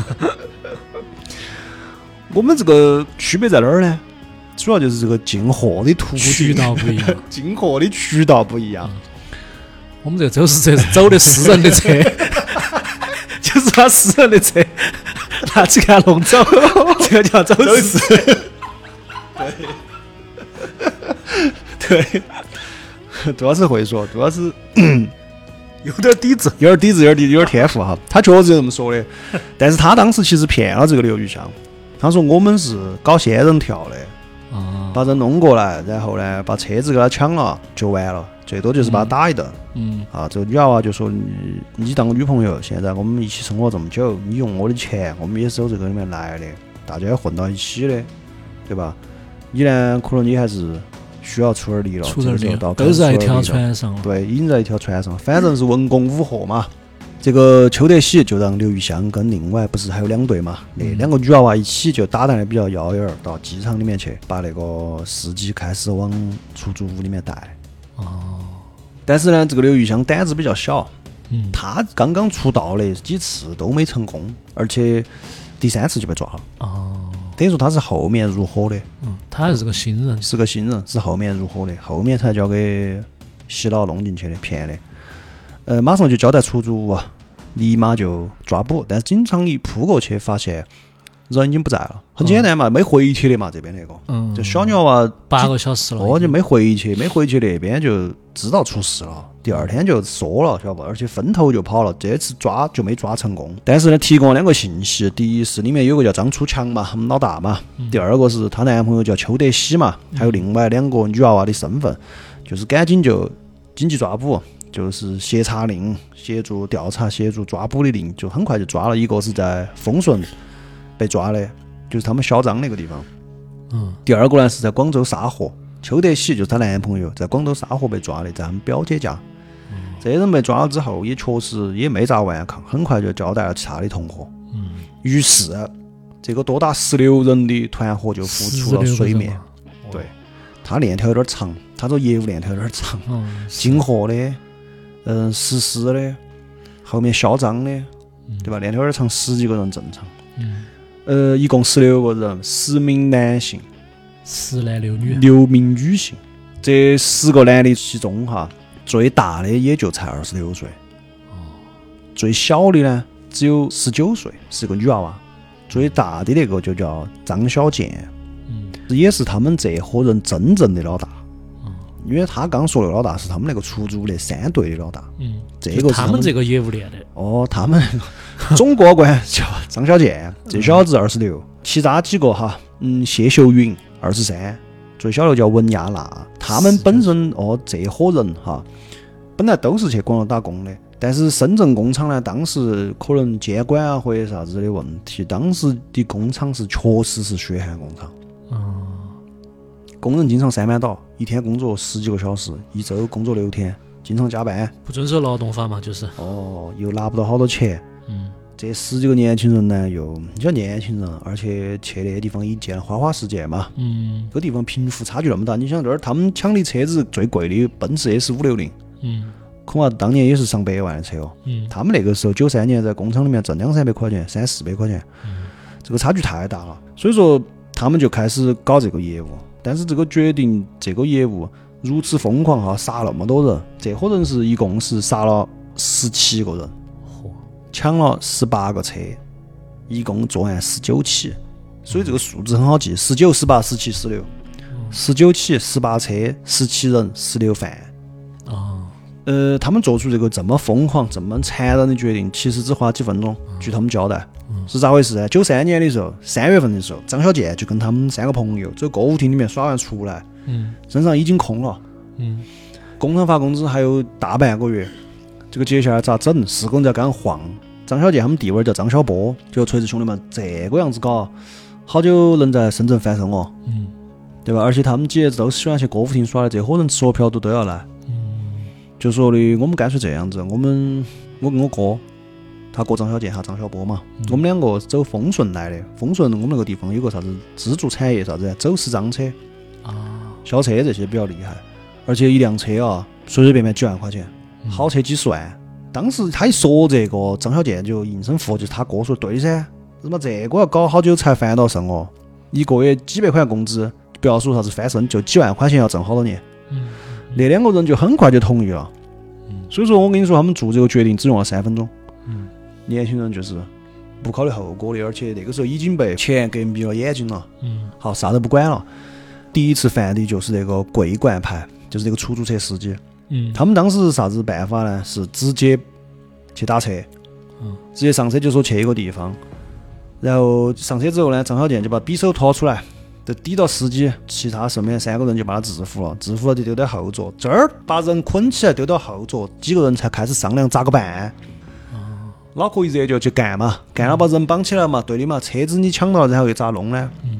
我们这个区别在哪儿呢？主要就是这个进货的途渠道不一样， 进货的渠道不一样。嗯、 我们这个走私车是走的私人的车。就是他私人的车拿去给他弄走，这个叫走私。 对，对，杜老师会说，杜老师有点底子，有点底子，有点有点天赋哈。他确实这么说的，但是他当时其实骗了这个刘玉香，他说我们是搞仙人跳的，啊、把人弄过来，然后呢把车子给他抢了就完了。最多就是把他打一顿，嗯，啊，这个女娃娃就说你你当我女朋友，现在我们一起生活这么久，你用我的钱，我们也是由这个里面来的，大家要混到一起的，对吧？ 你呢，可能你还是需要出点力了， 出点力， 到都是在一条船上了。 对，已经在一条船上，反正是文攻武赫嘛。这个邱德喜就让刘玉香跟另外不是还有两队嘛，那两个女娃娃一起就打扮的比较妖艳儿，到机场里面去，把那个司机开始往出租屋里面带。 哦。 但是呢，这个刘玉香胆子比较小， 嗯， 她刚刚出道的几次都没成功，而且第三次就被抓了。 哦。 等于说她是后面入伙的。 嗯，她还是个新人。 是个新人，是后面入伙的，后面才交给洗脑弄进去的，骗的。呃，马上就交代出租屋啊，立马就抓捕。但是警察一扑过去，发现人已经不在了。很简单嘛，没回去的嘛，这边那个， 嗯， 就小女娃八个小时了， 哦，就没回去，没回去那边就知道出事了。第二天就缩了，晓得不？而且分头就跑了。这次抓就没抓成功，但是呢，提供了两个信息：第一是里面有个叫张初强嘛，他们老大嘛； 嗯、 第二个是她男朋友叫邱德喜嘛，还有另外两个女娃娃的身份，就是赶紧就紧急抓捕。就是协查令，协助调查、协助抓捕的令，就很快就抓了。一个是在丰顺被抓的，就是他们小张那个地方。 嗯。 第二个呢是在广州沙河，邱德喜就是她男朋友，在广州沙河被抓的，在他们表姐家。嗯。这人被抓了之后，也确实也没咋顽抗，很快就交代了其他的同伙。 嗯。 于是，这个多达十六人的团伙就浮出了水面。对，他链条有点长，他这业务链条有点长。 嗯。 金河的。嗯，实施的，后面嚣张的，对吧？链条有点长，十几个人正常。 嗯。 呃，一共十六个人，十名男性， 十男六女， 六名女性。这十个男的其中哈，最大的也就才二十六岁。 哦。 最小的呢，只有十九岁，是个女娃娃。最大的那个就叫张小健， 嗯， 也是他们这伙人真正的老大。因为他刚说的老大是他们那个出租的三队的老大， 嗯， 这个是他们这个业务链的。 哦，他们总过关叫张小健，这小子二十六，其他几个哈，嗯，谢秀云二十三，最小的叫文亚娜。他们本身哦，这伙人哈，本来都是去广州打工的，但是深圳工厂呢，当时可能监管啊或者啥子的问题，当时的工厂是确实是血汗工厂。 嗯。 工人经常三班倒，一天工作十几个小时，一周工作六天，经常加班， 不遵守劳动法嘛，就是。 哦，又拿不到好多钱。 嗯。 这十几个年轻人呢，又你像年轻人，而且去那些地方一见花花世界嘛。 嗯。 这个地方贫富差距那么大，你想这儿他们抢的车子最贵的奔驰 S 五六零， 嗯， 恐怕当年也是上百万的车哦。 嗯。 他们那个时候九三年在工厂里面挣两三百块钱，三四百块钱， 嗯， 这个差距太大了，所以说他们就开始搞这个业务。但是这个决定这个业务如此疯狂哈，杀那么多人，这伙人是一共是杀了十七个人，抢了十八个车，一共作案十九起，所以这个数字很好记：十九、十八、十七、十六，十九起，十八车，十七人，十六犯。 哦。 呃，他们做出这个这么疯狂、这么残忍的决定，其实只花几分钟。据他们交代，是咋回事呢？九三年的时候，三月份的时候，张小健就跟他们三个朋友在歌舞厅里面耍完出来， 嗯， 身上已经空了， 嗯， 工厂发工资还有大半个月，这个接下来咋整？四个人在刚晃。张小健他们弟娃叫张小波，就锤子兄弟们这个样子搞，好久能在深圳翻身哦？ 嗯， 对吧？而且他们几个都喜欢去歌舞厅耍的，这伙人吃喝嫖赌都要来。就说的，我们干脆这样子，我们我跟我哥，他哥张小健，他张小波嘛，嗯、我们两个走丰顺来的。丰顺我们那个地方有个啥子支柱产业，啥子走私赃车啊， 小车这些比较厉害，而且一辆车啊，随随便便几万块钱，好车几十万。嗯、当时他一说这个，张小健就应声附和，就是他哥说对噻，他妈这个要搞好久才翻到身哦，一个月几百块钱工资，不要说啥子翻身，就几万块钱要挣好多年。 嗯。 那两个人就很快就同意了，嗯，所以说我跟你说，他们做这个决定只用了三分钟。 嗯， 年轻人就是不考虑后果的，而且那个时候已经被钱给迷了眼睛了。 嗯， 好，啥都不管了。第一次犯的就是那个桂冠牌，就是那个出租车司机。 嗯， 他们当时啥子办法呢？是直接去打车， 嗯， 直接上车就说去一个地方，然后上车之后呢，张小健就把匕首掏出来。就抵到司机，其他身边三个人就把他制服了，制服了就丢到后座，这儿把人捆起来丢到后座，几个人才开始商量咋个办。 哦， 脑壳一热就去干嘛，干了把人绑起来嘛，对的嘛，车子你抢到了，然后又咋弄呢？ 嗯，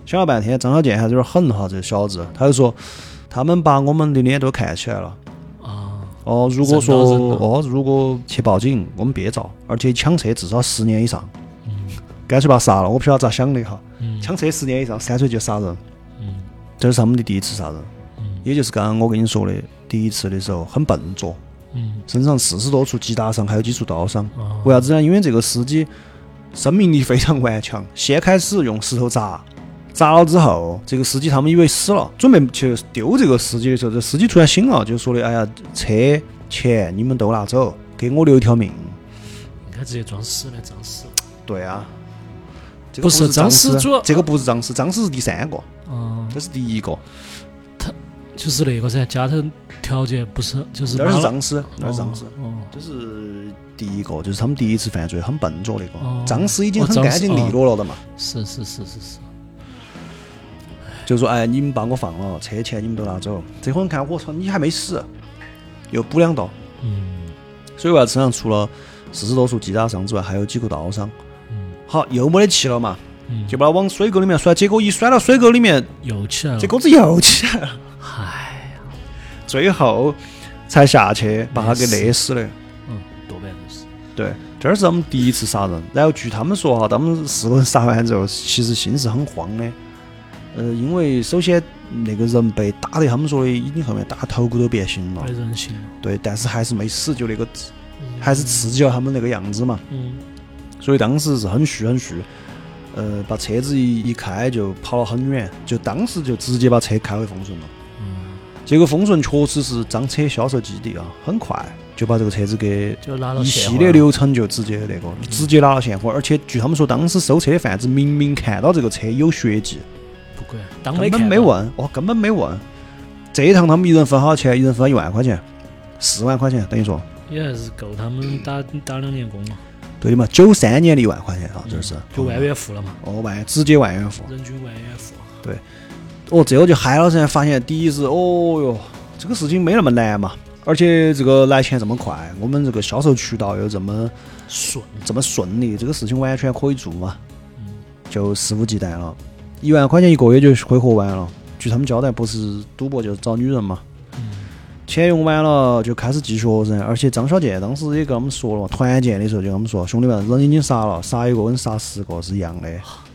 想了半天，张小健还是有点狠哈，这个小子，他就说他们把我们的脸都看起来了。 啊， 哦，如果说人到人到哦，如果去报警，我们别找，而且抢车至少十年以上， 嗯干脆把他杀了。我不晓得咋想的哈， 嗯抢车十年以上，三岁就杀人， 嗯这是他们的第一次杀人， 嗯也就是刚刚我跟你说的，第一次的时候很笨拙， 嗯身上四十多处击打伤，还有几处刀伤。 啊为啥子呢？因为这个司机生命力非常顽强，先开始用石头砸，砸了之后，这个司机他们以为死了，准备去丢这个司机的时候，这司机突然醒了，就说的：“哎呀，车钱你们都拿走，给我留一条命。 你看直接装死了，装死。” 对啊，这个不是张张氏主要这个不是张氏，张氏是第三个， 嗯， 这是第一个， 就是那个噻，家头条件不是，就是那是妈张氏，那是张氏。 哦， 这是第一个，就是他们第一次犯罪很笨拙那个。 哦张氏已经哦张氏很干净利落了的嘛， 是是是是是， 就说哎，你们把我放了，车钱你们都拿走。这会儿看我操，你还没死，又补两刀。 嗯所以我身上除了四十多处击打伤之外，还有几个刀伤。 嗯好，又没得气了嘛， 嗯， 就把他往水沟里面甩，结果一甩到水沟里面， 又起来了这，钩子又起来了， 嗨呀， 最后才下去把他给勒死的。 嗯，多半都是， 对，这是他们第一次杀人。然后据他们说哈，他们四个人杀完之后，其实心是很慌的。呃，因为首先那个人被打的，他们说的已经后面打头骨都变形了没，人性了， 对，但是还是没死，就那个嗯还是刺激了他们那个样子嘛， 嗯所以当时是很虚很虚。呃，把车子一一开就跑了很远，就当时就直接把车开回丰顺了。 嗯， 结果丰顺确实是赃车销售基地啊，很快就把这个车子给就拿到一现货了系列流程就直接那个直接拿了现货，而且据他们说，当时收车的贩子明明看到这个车有血迹， 不管，当根本看到， 没问，哦，根本没问。这一趟他们一人分好钱，一人分一万块钱，四万块钱等于说， 也还是够他们打打两年工了， 对的嘛，九三年的一万块钱啊，这是就万元户了嘛， 哦万直接万元户。 人均万元户， 哦，这个就嗨了噻，发现第一是哦哟，这个事情没那么难嘛，而且这个来钱这么快，我们这个销售渠道又这么顺， 这么顺利，这个事情完全可以做嘛， 嗯就肆无忌惮了。一万块钱一个月就挥霍完了，据他们交代，不是赌博就是找女人嘛。 嗯钱用完了就开始继续噻，而且张小健当时也跟我们说了，团建的时候就跟我们说，兄弟们，人已经杀了，杀一个跟杀十个是一样的。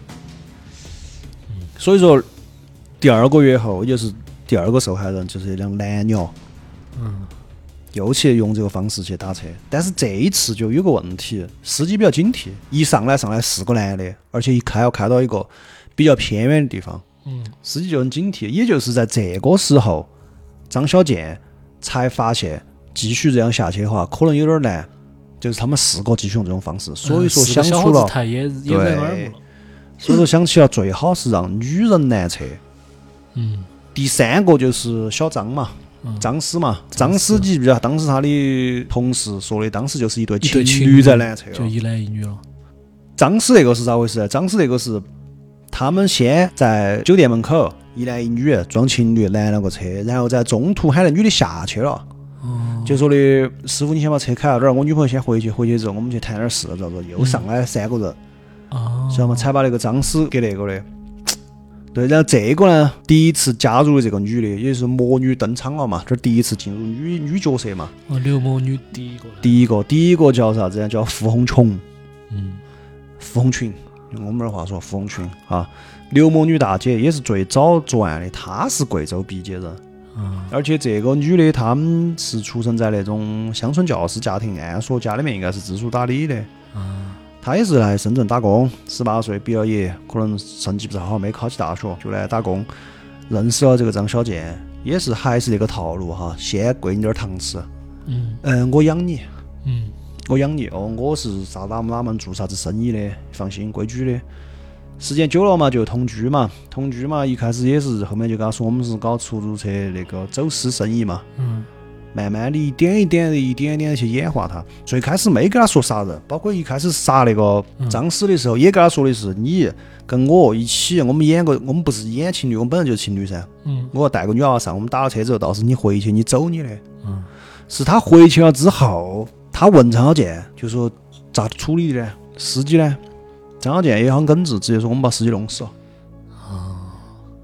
所以说，第二个月后，也就是第二个受害人，就是一辆蓝鸟， 嗯又去用这个方式去打车。但是这一次就有个问题，司机比较警惕，一上来上来四个男的，而且一开要开到一个比较偏远的地方， 嗯司机就很警惕。也就是在这个时候，张小健才发现继续这样下去的话，可能有点难。就是他们四个继续用这种方式，所以说想出嗯四个小伙了子，台也也在耳目了， 所以说想起了最好是让女人拦车。 嗯第三个就是小张嘛， 嗯张司嘛，张张司司记不记得？当时他的同事说的，当时就是一对一对情侣情侣在拦车了。 就一男一女了， 张司那个是咋回事？张司那个是他们先在酒店门口一男一女装情侣拦了个车，然后在中途喊那女的下去了。 哦， 就说的师傅，你先把车开到这儿，我女朋友先回去，回去之后我们去谈点事，咋子？又上来三个人， 哦， 知道吗？才把那个张司给那个的。对，然后这个呢，第一次加入的这个女的，也就是魔女登场了嘛，这第一次进入女女角色嘛。 哦，刘魔女第一个， 第一个，第一个叫啥子？叫傅红琼， 嗯傅红群，用我们这话说，傅红群啊。刘魔女大姐也是最早作案的，她是贵州毕节人。 啊而且这个女的，她们是出生在那种乡村教师家庭，按说家里面应该是知书达理的。 啊她也是来深圳打工，十八岁毕了业，可能成绩不是好，没考起大学，就来打工。认识了这个张小健，也是还是那个套路哈，先跪你点儿糖吃。 嗯嗯，我养你， 嗯我养你哦，我是啥哪哪门做啥子生意的，放心，规矩的。时间久了嘛，就同居嘛，同居嘛，一开始也是，后面就跟他说我们是搞出租车那个走私生意嘛， 嗯慢慢的一点一点的，一点一点的去演化他。最开始没跟他说杀人，包括一开始杀那个张司的时候，也跟他说的是你跟我一起，我们演个，我们不是演情侣，我们本来就是情侣噻。 嗯我要带个女娃娃上，我们打了车之后，到时你回去，你走你的。 嗯是他回去了之后，他问张小健，就说咋处理的呢？司机呢？张小健也很耿直，直接说我们把司机弄死了。 啊，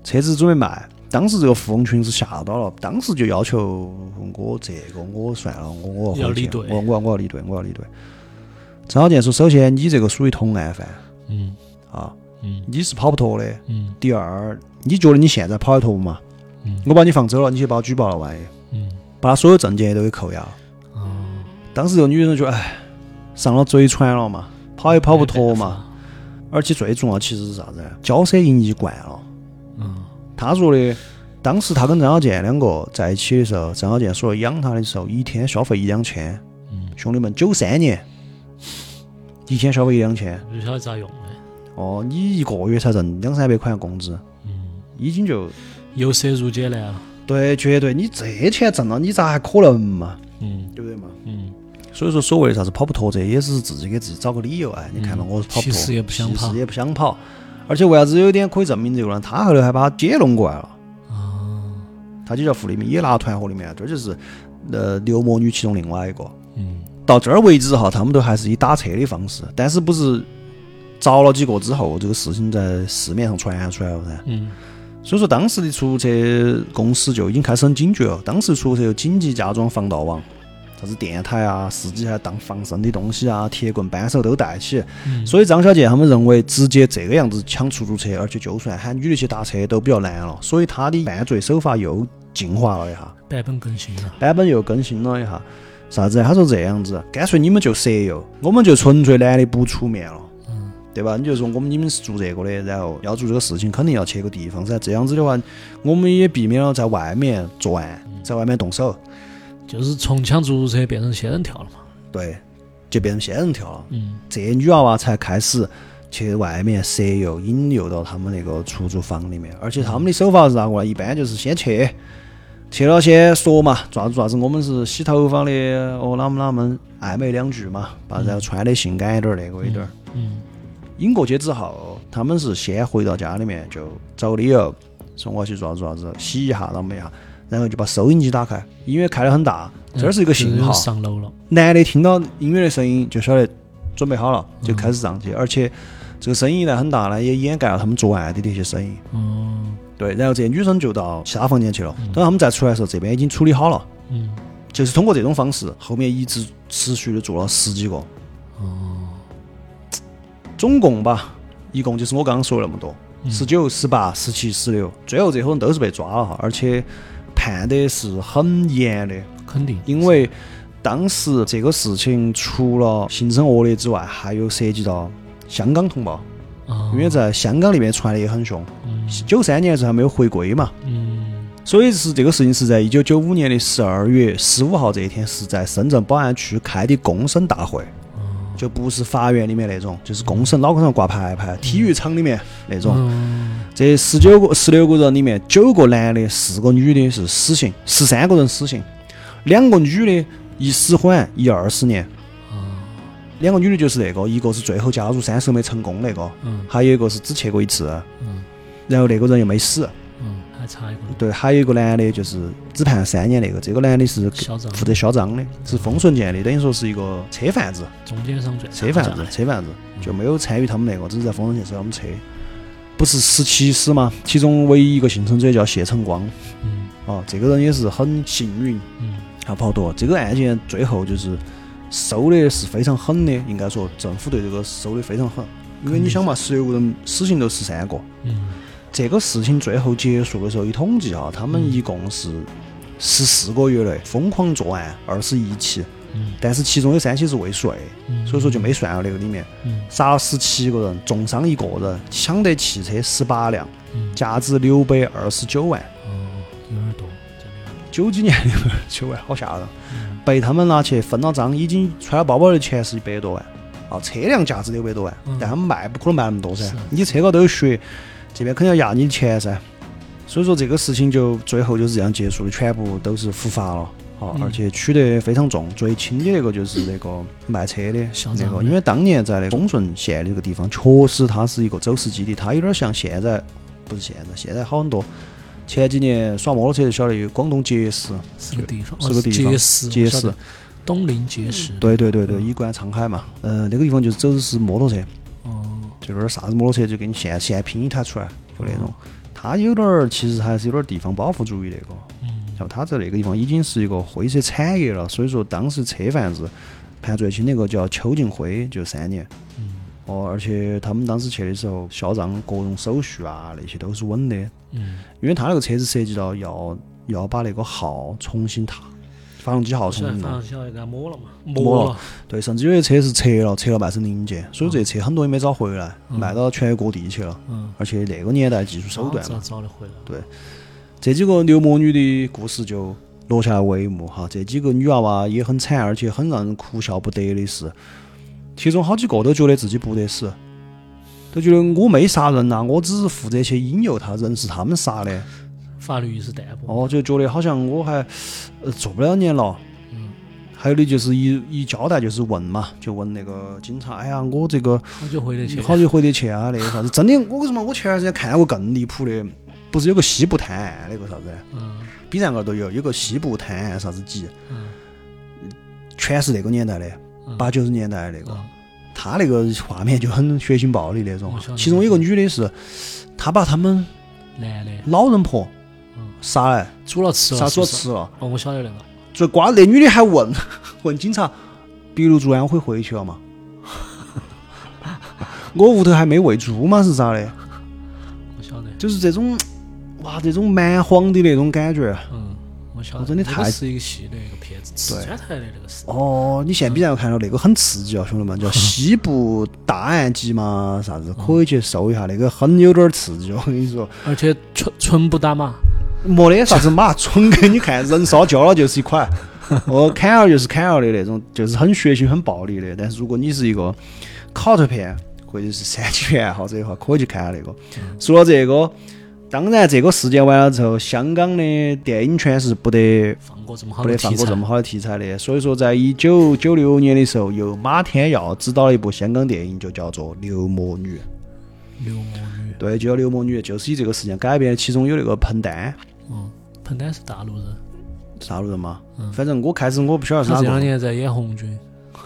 车子准备卖。当时这个富翁群是吓到了，当时就要求我这个我算了，我我要离队， 我我我要离队，我要离队。张小健说：首先你这个属于同案犯， 嗯啊， 嗯， 你是跑不脱的。 嗯。 第二，你觉得你现在跑得脱吗？ 嗯， 我把你放走了，你去把我举报了，万一， 嗯， 把他所有证件也都给扣押了。 哦。 当时这个女人就哎，上了贼船了嘛，跑也跑不脱嘛。而且最重要其实是啥子？骄奢淫逸惯了。 嗯。 他说的。当时他跟张小健两个在一起的时候，张小健说养他的时候，一天消费一两千。 嗯， 兄弟们，九三年，一天消费一两千， 不晓得咋用的。 哦，你一个月才挣两三百块钱工资， 嗯， 已经就由奢入俭难了。 对，绝对，你这钱挣了，你咋还可能嘛？ 嗯， 对不对嘛？ 嗯。 所以说，所谓的啥子跑不脱，这也是自己给自己找个理由哎。你看到我是跑不脱， 其实也不想跑， 其实也不想跑。而且为啥子有点可以证明这个呢？他后头还把姐弄过来了。他就叫傅立明，也拿团伙里面，这就是呃刘魔女其中另外一个。 嗯， 到这儿为止哈，他们都还是以打车的方式，但是不是着了几个之后，这个事情在市面上传出来了噻。 嗯， 所以说当时的出租车公司就已经开始很警觉了，当时出租车有紧急加装防盗网，啥子电台啊、司机还当防身的东西啊、铁棍、扳手都带起。 嗯， 所以张小健他们认为，直接这个样子抢出租车，而且就算喊女的去打车都比较难了，所以他的犯罪手法又进化了一下， 版本更新了， 版本又更新了一下。啥子？他说这样子，干脆你们就色诱，我们就纯粹男的不出面了。 嗯， 对吧？你就说我们你们是做这个的，然后要做这个事情，肯定要去个地方噻。这样子的话，我们也避免了在外面作案，在外面动手。 就是从抢出租车变成仙人跳了嘛。 对，就变成仙人跳了。 嗯， 这女娃娃才开始去外面色诱，引诱到他们那个出租房里面。而且他们的手法是啥个呢？一般就是先去，去了先说嘛，爪子爪子，我们是洗头发的，哦，啷么啷么暧昧两句嘛，把然后穿的性感一点，那个一点。 嗯。 引过去之后，他们是先回到家里面就找理由，说我要去爪子爪子，洗一下，啷么一下。然后就把收音机打开，音乐开得很大，这是一个信号。 上楼了。 男的听到音乐的声音就晓得准备好了，就开始上去，嗯、而且这个声音呢很大呢，也掩盖了他们作案的那些声音。 嗯， 对。然后这些女生就到其他房间去了。嗯、等他们再出来的时候，这边已经处理好了。 嗯， 就是通过这种方式，后面一直持续的做了十几个。 哦。 总共吧，一共就是我刚刚说的那么多，十九、十八、十七、十六，最后这伙人都是被抓了哈，而且。判的是很严的， 肯定， 因为当时这个事情除了形成恶劣之外，还有涉及到香港同胞， 哦、 因为在香港那边传的也很凶。九三、嗯、年的时候还没有回归嘛， 嗯， 所以是这个事情是在一九九五年的十二月十五号这一天，是在深圳宝安区开的公审大会。就不是法院里面那种，就是公审脑壳上挂牌牌，体育场里面那种。 嗯、 这十九个、十六个人里面，九个男的，四个女的是死刑，十三个人死刑，两个女的一死缓一二十年。 嗯、 两个女的就是那个，一个是最后加入三十没成功那个， 嗯、 还有一个是只去过一次， 嗯、 然后那个人又没死。 嗯，还差一个。 对，还有一个男的，就是只判三年那个，这个男的是负责销赃的，是丰顺县的，等于说是一个车贩子， 中间商罪， 车贩子，车贩子就没有参与他们那个，只是在丰顺县收他们车。不是十七死吗？其中唯一一个幸存者叫谢成光。 嗯， 哦，这个人也是很幸运， 嗯， 他跑脱。这个案件最后就是收的是非常狠的，应该说政府对这个收的非常狠，因为你想嘛，十六个人死刑都十三个， 嗯。 这个事情最后结束的时候，一统计啊，他们一共是十四个月内疯狂作案二十一起， 嗯， 但是其中有三起是未遂， 嗯， 所以说就没算到那个里面。 嗯， 杀了十七个人，重伤一个人，抢得汽车十八辆， 嗯， 价值六百二十九万。 哦，有点多，真的。 九几年六百二十九万，好吓人。 嗯， 被他们拿去分了赃，已经揣了包包的钱是一百多万，啊，车辆价值六百多万， 嗯， 但他们卖不可能卖那么多噻，你车高都有血。这边肯定要压你的钱噻，所以说这个事情就最后就是这样结束的，全部都是伏法了，啊， 嗯、 而且取得非常重，最轻的那个就是那个卖车的那个，因为当年在那个丰顺县的这个地方，确实它是一个走私基地，它有点像现在，不是现在，现在好很多。前几年耍摩托车就晓得有广东碣石， 是个地方， 是个地方， 碣石， 碣石， 东临碣石， 对对对对，以关沧海嘛，呃，那个地方就是走私摩托车。 哦， 就有点啥子摩托车就给你现现拼一台出来，就那种。 他有点儿其实还是有点儿地方保护主义那个。 嗯， 像他在那个地方已经是一个灰色产业了，所以说当时车贩子判最轻那个叫邱敬辉，就三年。 嗯， 哦，而且他们当时去的时候，销账各种手续啊那些都是稳的。 嗯， 因为他那个车子涉及到要要把那个号重新踏，发动机号重新弄。 发动机号给它抹了嘛， 抹了。了对，甚至有些车是拆了，拆了卖成零件，所以这些车很多也没找回来， 嗯、 卖到全国各地去了。 嗯， 而且那个年代技术手段嘛， 早的回来。 对，这几个牛魔女的故事就落下了帷幕哈。这几个女娃娃也很惨，而且很让人哭笑不得的是，其中好几个都觉得自己不得死，都觉得我没杀人呐、啊，我只是负责去引诱他，人是他们杀的。 法律意识淡薄。 哦，就觉得好像我还呃坐不了年了。 嗯。 还有的就是一一交代就是问嘛，就问那个警察，哎呀，我这个好久回得去， 好久回得去啊？那个啥子？真的，我为什么我前段时间看过更离谱的？不是有个西部探案那个啥子？ 嗯。 B 站高都有，有个西部探案啥子集， 嗯。 全是那个年代的，八九十年代的那个。 嗯。 他那个画面就很血腥暴力那种。其中一有个女的是，她把他们男的老人婆杀来煮了吃了， 杀煮了吃了。 哦，我晓得那个。 最瓜那女的还问问警察，比如猪安会回去了吗？我屋头还没喂猪吗？是咋的？ 我晓得。 就是这种，哇，这种蛮荒的那种感觉。 嗯，我晓得。 真的太是一个系列一个片子，四川台的那个是。 哦，你现在必然要看到那个很刺激哦，兄弟们，叫《西部大案集》嘛，啥子可以去搜一下，那个很有点刺激，我跟你说。 而且纯纯不打码。 没得啥子马，纯给你看，人烧焦了就是一块，哦，砍了就是砍了的那种，就是很血腥、很暴力的。但是如果你是一个考特片或者是三级片爱好者的话，可以去看下那个。说到这个，当然这个事件完了之后，香港的电影圈是不得放过这么好不得的题材， 放过这么好的题材的。所以说，在一九九六年的时候，由马天耀执导了一部香港电影，就叫做《流魔女》。 流魔女， 对，就叫《流魔女》，就是以这个事件改编的，其中有那个彭丹。 嗯，彭丹是大陆人， 大陆人嘛， 嗯， 反正我开始我不晓得是哪个。 他这两年在演红军，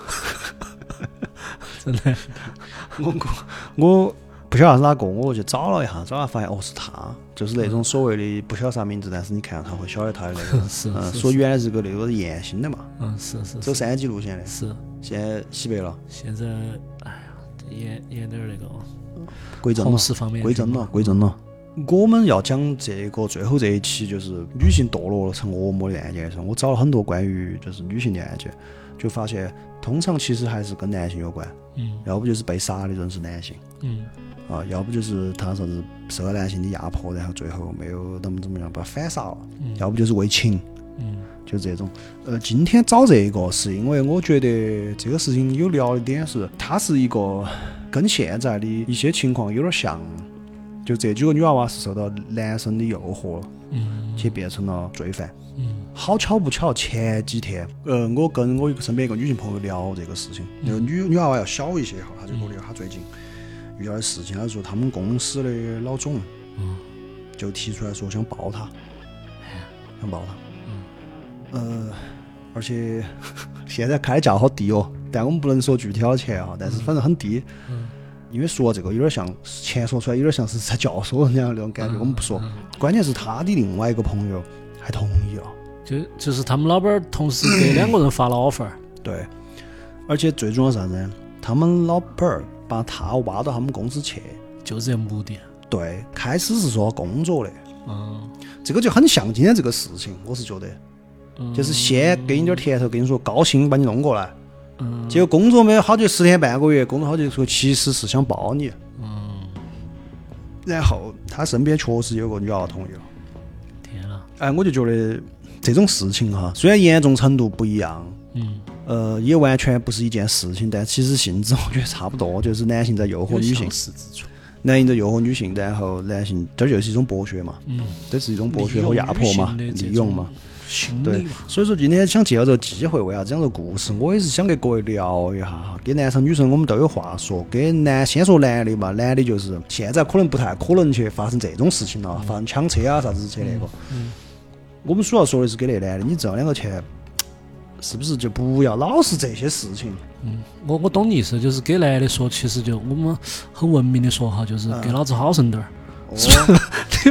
真的， 我我不晓得是哪个，我去找了一下，找了发现哦是他，就是那种所谓的不晓得啥名字，但是你看他会晓得他的那个， 是， 嗯，说原来这个那个是延新的嘛， 嗯，是是， 走三级路线的， 是， 现在洗白了， 现在哎呀，演演点那个归正了， 红事方面归正了，归正了。我们要讲这个最后这一期就是女性堕落成恶魔的案件的时候，我找了很多关于就是女性的案件，就发现通常其实还是跟男性有关， 嗯， 要不就是被杀的人是男性， 嗯， 啊，要不就是他啥子受到男性的压迫，然后最后没有怎么怎么样把他反杀了， 嗯， 要不就是为情， 嗯， 就这种。呃，今天找这个是因为我觉得这个事情有聊的点是，它是一个跟现在的一些情况有点像。就这几个女娃娃是受到男生的诱惑， 嗯， 去变成了罪犯。 嗯， 好巧不巧，前几天，呃，我跟我身边一个女性朋友聊这个事情，那个女女娃娃要小一些哈，她就跟我聊她最近遇到的事情，她说他们公司的老总， 嗯， 就提出来说想抱她，想抱她，嗯，呃，而且现在开的价好低哦，但我们不能说具体多少钱啊，但是反正很低， 嗯。 因为说这个有点像钱说出来有点像是在教唆人家那种感觉， 嗯、 我们不说、 嗯。 关键是他的另外一个朋友还同意了， 就就是他们老板同时给两个人发了 offer。 对，而且最重要是啥子？他们老板把他挖到他们公司去， 就这个目的。 对，开始是说工作的， 嗯， 这个就很像今天这个事情，我是觉得， 嗯、 就是先给你点甜头，跟你说高薪把你弄过来。 嗯， 结果工作没有好久，十天半个月，工作好久说其实是想抱你。 嗯， 然后他身边确实有个女娃娃同意了。 天啊！ 哎，我就觉得这种事情哈，虽然严重程度不一样， 嗯， 呃，也完全不是一件事情，但其实性质我觉得差不多，就是男性在诱惑女性，男性在诱惑女性，然后男性这就是一种剥削嘛， 嗯， 这是一种剥削和压迫嘛，利用嘛。对，所以说今天想借到这个机会，为啥讲这个故事？我也是想给各位聊一下哈，给男生女生我们都有话说。给男先说男的嘛，男的就是现在可能不太可能去发生这种事情了，发生抢车啊啥子去那个。 嗯， 我们主要说的是给那男的，你这两个钱是不是就不要老是这些事情？ 嗯，我我懂你意思，就是给男的说，其实就我们很文明的说哈，就是给老子好生点儿。 哦，就是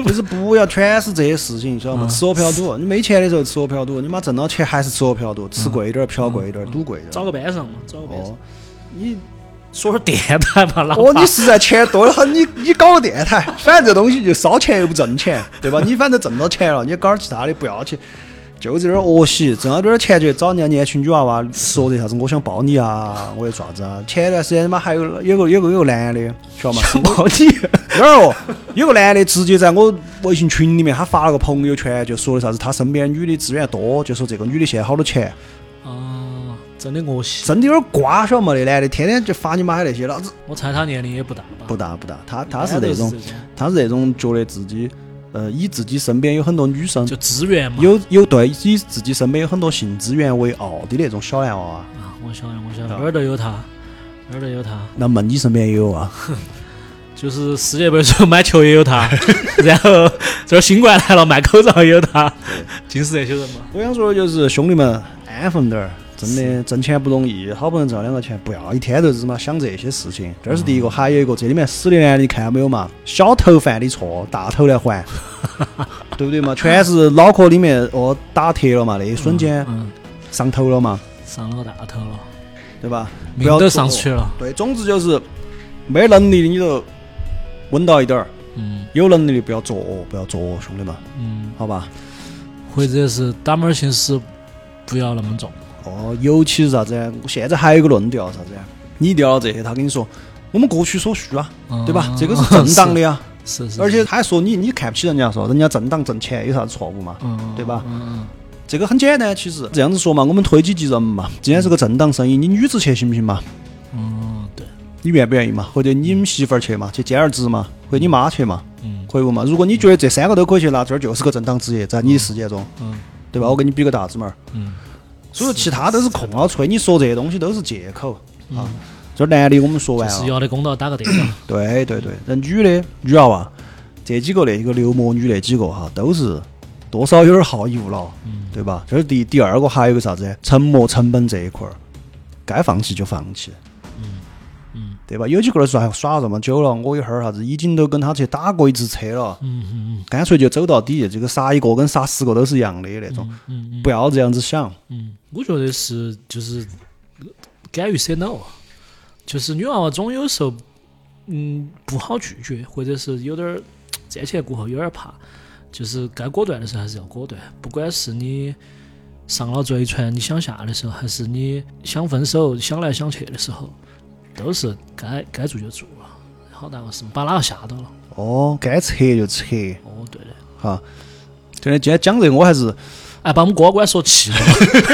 主要全是这些事情，晓得吗？ 嗯吃喝嫖赌，你没钱的时候吃喝嫖赌，你妈挣到钱还是吃喝嫖赌，吃贵点儿，嫖贵点儿，赌贵点儿。 找个班上嘛，找个班上。 哦，你说点电台嘛，老哦， 爸你实在钱多得很，你你搞个电台，反正这东西就烧钱又不挣钱，对吧？你反正挣到钱了，你搞点其他的不要去，就这点儿恶习，挣了点儿钱去找人家年轻女娃娃说的啥子我想抱你啊，我要啥子啊？前段时间他妈还有有个有个有个男的，晓得吗？ 想抱你， 哪儿哦？有个男的直接在我微信群里面，他发了个朋友圈，就说的啥子他身边女的资源多，就说这个女的现在好多钱， 啊，真的恶习。 真的有点瓜，晓得嘛？那男的天天就发你妈的那些，老子我猜他年龄也不大吧？ 不大不大，他他一般都是那种这种他是那种觉得自己呃以自己身边有很多女生就资源嘛。 有有对以自己身边有很多性资源为傲的那种小男娃娃。 啊，我晓得，我晓得，哪儿都有他，哪儿都有他。 那么你身边也有啊？ 就是世界杯时候买球也有他，然后这儿新冠来了卖口罩也有他，尽是这些人嘛。 我想说的就是兄弟们安分点儿。真的挣钱不容易，好不容易挣了两个钱，不要一天都是嘛想这些事情。这是第一个，还有一个，这里面死的男的你看没有嘛？小头犯的错，大头来还，对不对嘛？全是脑壳里面哦打铁了嘛，那一瞬间嗯， 上头了嘛， 上了个大头了， 对吧？不命都要做上去了。 对，总之就是没能力的你就稳到一点儿， 嗯有能力的不要作恶，不要作恶，兄弟们， 嗯， 好吧？ 或者是打门儿心思不要那么重。 哦，尤其是啥子呢？现在还有一个论调啥子呢？你一定要这些，他跟你说我们各取所需啊，对吧？这个是正当的呀。 是是， 而且他还说你你看不起人家，说人家正当挣钱有啥子错误嘛？ 嗯， 对吧？ 嗯这个很简单，其实这样子说嘛，我们推己及人嘛。既然是个正当生意，你女子去行不行嘛？ 嗯，对， 你愿不愿意嘛？或者你们媳妇儿去嘛？去兼儿子嘛？或者你妈去嘛？ 嗯可以不嘛？如果你觉得这三个都可以去，那这儿就是个正当职业，在你的世界中， 嗯对吧？我给你比个大指门儿。 嗯， 所以说其他都是空了吹，你说这些东西都是借口啊。这男的我们说完了， 就是要的公道打个电话。 对对对，人女的女娃娃，这几个那个流魔女那几个哈，都是多少有点好逸恶劳，对吧？这是第第二个，还有一个啥子？沉没成本这一块儿，该放弃就放弃， 嗯对吧？有几个人耍耍了这么久了，我一会儿啥子已经都跟他去打过一次车了， 嗯嗯干脆就走到底，这个杀一个跟杀十个都是一样的那种， 嗯嗯不要这样子想。 嗯，我觉得是就是敢于 say no，就是女娃娃总有时候嗯不好拒绝，或者是有点儿瞻前顾后，有点儿怕，就是该果断的时候还是要果断，不管是你上了贼船你想下的时候，还是你想分手想来想去的时候，都是该该做就做了。好大个事，把哪个吓到了？ 哦，该扯就扯， 哦，对的， 哈。真的，今天讲这个我还是哎，把我们哥哥说气了。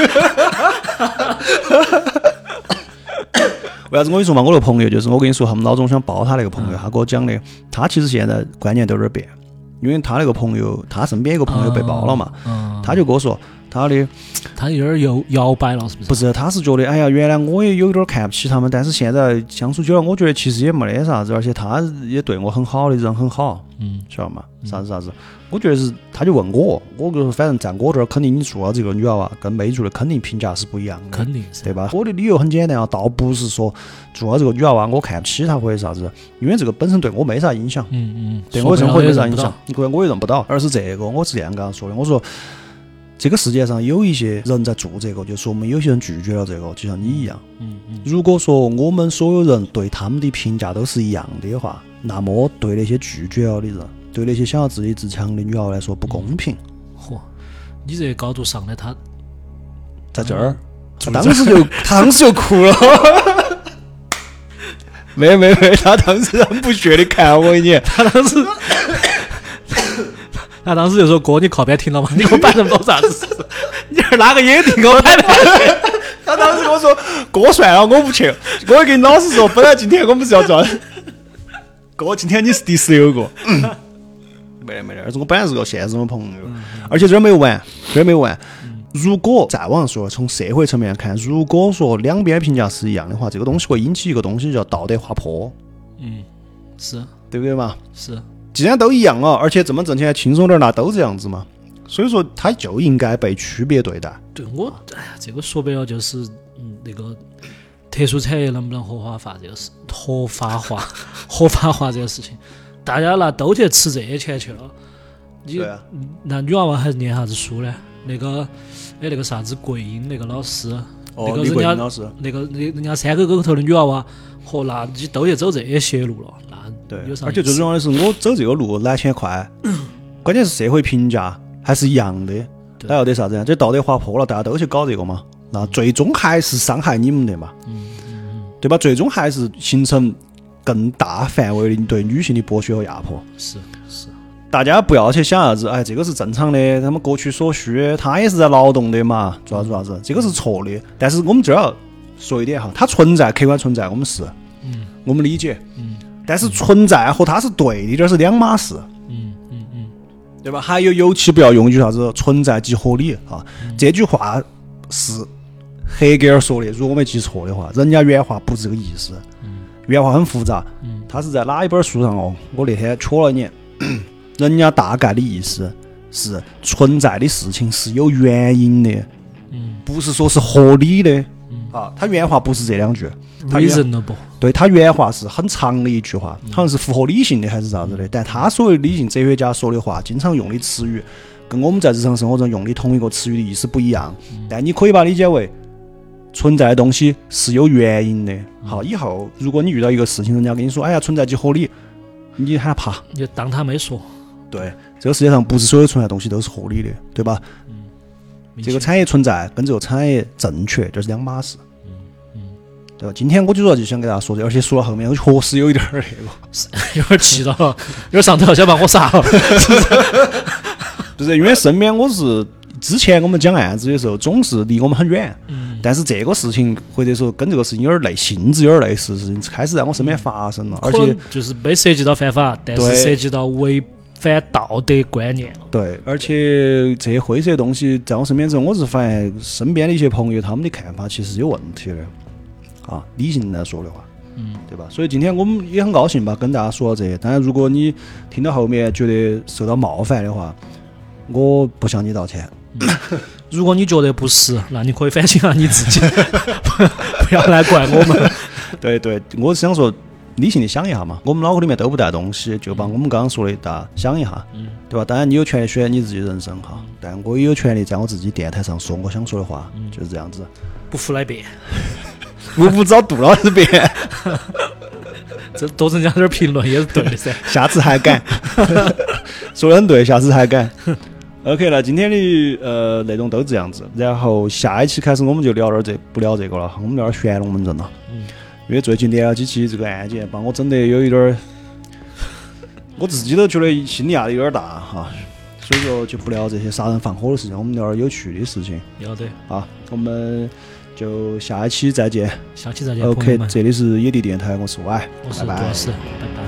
为啥子我跟你说嘛？我那个朋友就是我跟你说，他们老总想包他那个朋友，他给我讲的，他其实现在观念都有点变，因为他那个朋友，他身边有个朋友被包了嘛， 嗯， 他就跟我说，他的他有点摇摇摆了，是不是？ 不是，他是觉得，哎呀，原来我也有点看不起他们，但是现在相处久了，我觉得其实也没得啥子，而且他也对我很好的人很好， 嗯， 晓得嘛？啥子啥子？我觉得是，他就问我，我就说反正在我这儿，肯定你做了这个女娃娃跟没做的肯定评价是不一样的， 肯定是对吧？我的理由很简单啊，倒不是说做了这个女娃娃我看不起她或者啥子，因为这个本身对我没啥影响， 嗯嗯， 对我生活没啥影说响，对我也认不到。而是这个，我是这样跟他说的，我说这个世界上有一些人在做这个，就说明有些人拒绝了这个，就像你一样。 嗯嗯， 如果说我们所有人对他们的评价都是一样的话，那么对那些拒绝了的人，对那些想要自立自强的女娃娃来说不公平。 嚯，你这个高度上来，他在这儿，他嗯当时就他当时就哭了。没没没，他当时很不屑的看我一眼。 他当时，他当时就说：“哥，你靠边停了嘛，你给我摆那么多啥子？你是哪个眼睛给我摆摆？” 他当时跟我说：“哥算了，我不去。我也跟你老实说，本来今天我们是要赚。哥，今天你是第十六个。没得没得，而且我本来是个现实的朋友，而且这儿没有完，这儿没有完。如果再往上说，从社会层面看，如果说两边评价是一样的话，这个东西会引起一个东西叫道德滑坡， 嗯，是对不对嘛？ 是， 既然都一样了，而且这么挣钱轻松点，那都这样子嘛。所以说，他就应该被区别对待。 对我，哎呀，这个说白了就是，嗯，那个特殊产业能不能合法化这个事，合法化，合法化这个事情，大家那都去吃这些钱去了， 你对啊， 那女娃娃还是念啥子书呢？那个哎，那个啥子桂英那个老师， 哦， 那个李桂英人家老师， 那个那人家三沟沟头的女娃娃，嚯，那你都去走这些路了，那对有，啥而且意思最重要的是，我走这个路来钱快，关键是社会评价还是一样的， 对那要得啥子呀？这道德滑坡了，大家都去搞这个嘛，那最终还是伤害你们的嘛， 嗯嗯对吧？最终还是形成更大范围的对女性的剥削和压迫。 嗯，是是， 大家不要去想啥子，哎，这个是正常的，他们各取所需，他也是在劳动的嘛，做啥子做啥子，这个是错的。但是我们这儿要说一点哈，它存在，客观存在，我们是， 嗯我们理解， 嗯但是存在和它是对的，这是两码事， 嗯嗯嗯， 对吧？还有，尤其不要用一句啥子“存在即合理”啊，这句话是黑格尔说的，如果我没记错的话，人家原话不是这个意思，原话很复杂，他是在哪一本书上哦？我那天瞧了一眼。人家大概的意思是存在的事情是有原因的， 嗯， 不是说是合理的， 嗯啊，他原话不是这两句，他原 ，reasonable， 对他原话是很长的一句话，好像是符合理性的还是啥子的，但他所谓理性哲学家说的话，经常用的词语跟我们在日常生活中用的同一个词语的意思不一样，但你可以把它理解为存在的东西是有原因的。好，以后如果你遇到一个事情，人家跟你说，哎呀，存在即合理，你害怕， 你就当他没说。 对，这个世界上不是所有存在的东西都是合理的，对吧？ 嗯， 这个产业存在跟这个产业正确这是两码事， 嗯嗯， 对吧？今天我就主要就想给大家说这，而且说到后面我确实有一点儿那个， 有点气了，有点上头，想把我杀了。 不是因为身边我是之前我们讲案子的时候总是离我们很远， 嗯， 但是这个事情或者说跟这个事情有点类性质有点类似的事情开始在我身边发生了，而且可能就是没涉及到犯法，但是对涉及到违反道德观念了。 对，而且这些灰色的东西在我身边之后，我是发现身边的一些朋友他们的看法其实是有问题的啊，理性来说的话。 嗯， 对吧？所以今天我们也很高兴吧，跟大家说到这些。当然，如果你听到后面觉得受到冒犯的话，我不向你道歉。 如果你觉得不是，那你可以反省下你自己，不要来怪我们。 对对，我是想说，理性的想一下嘛。我们脑壳里面都不带东西，就把我们刚刚说的大家想一下， 嗯， 对吧？当然，你有权利选你自己的人生哈，但我也有权利在我自己电台上说我想说的话， 嗯就是这样子。 不服来辩， 我不找杜老师辩， 这多增加点评论也是对的噻。 下次还敢，说的很对，下次还敢。OK 了，今天的呃内容都这样子，然后下一期开始我们就聊点这不聊这个了，我们聊点玄龙门阵了。 嗯， 因为最近连了几期这个案件，把我整得有一点儿，我自己都觉得心理压力有点大哈，所以说就不聊这些杀人放火的事情，我们聊点有趣的事情。 要得， 好，我们就下一期再见。 下期再见，朋友 OK， 们。 这里是野地电台，我是 Y， 我是拜拜杜老师，拜拜。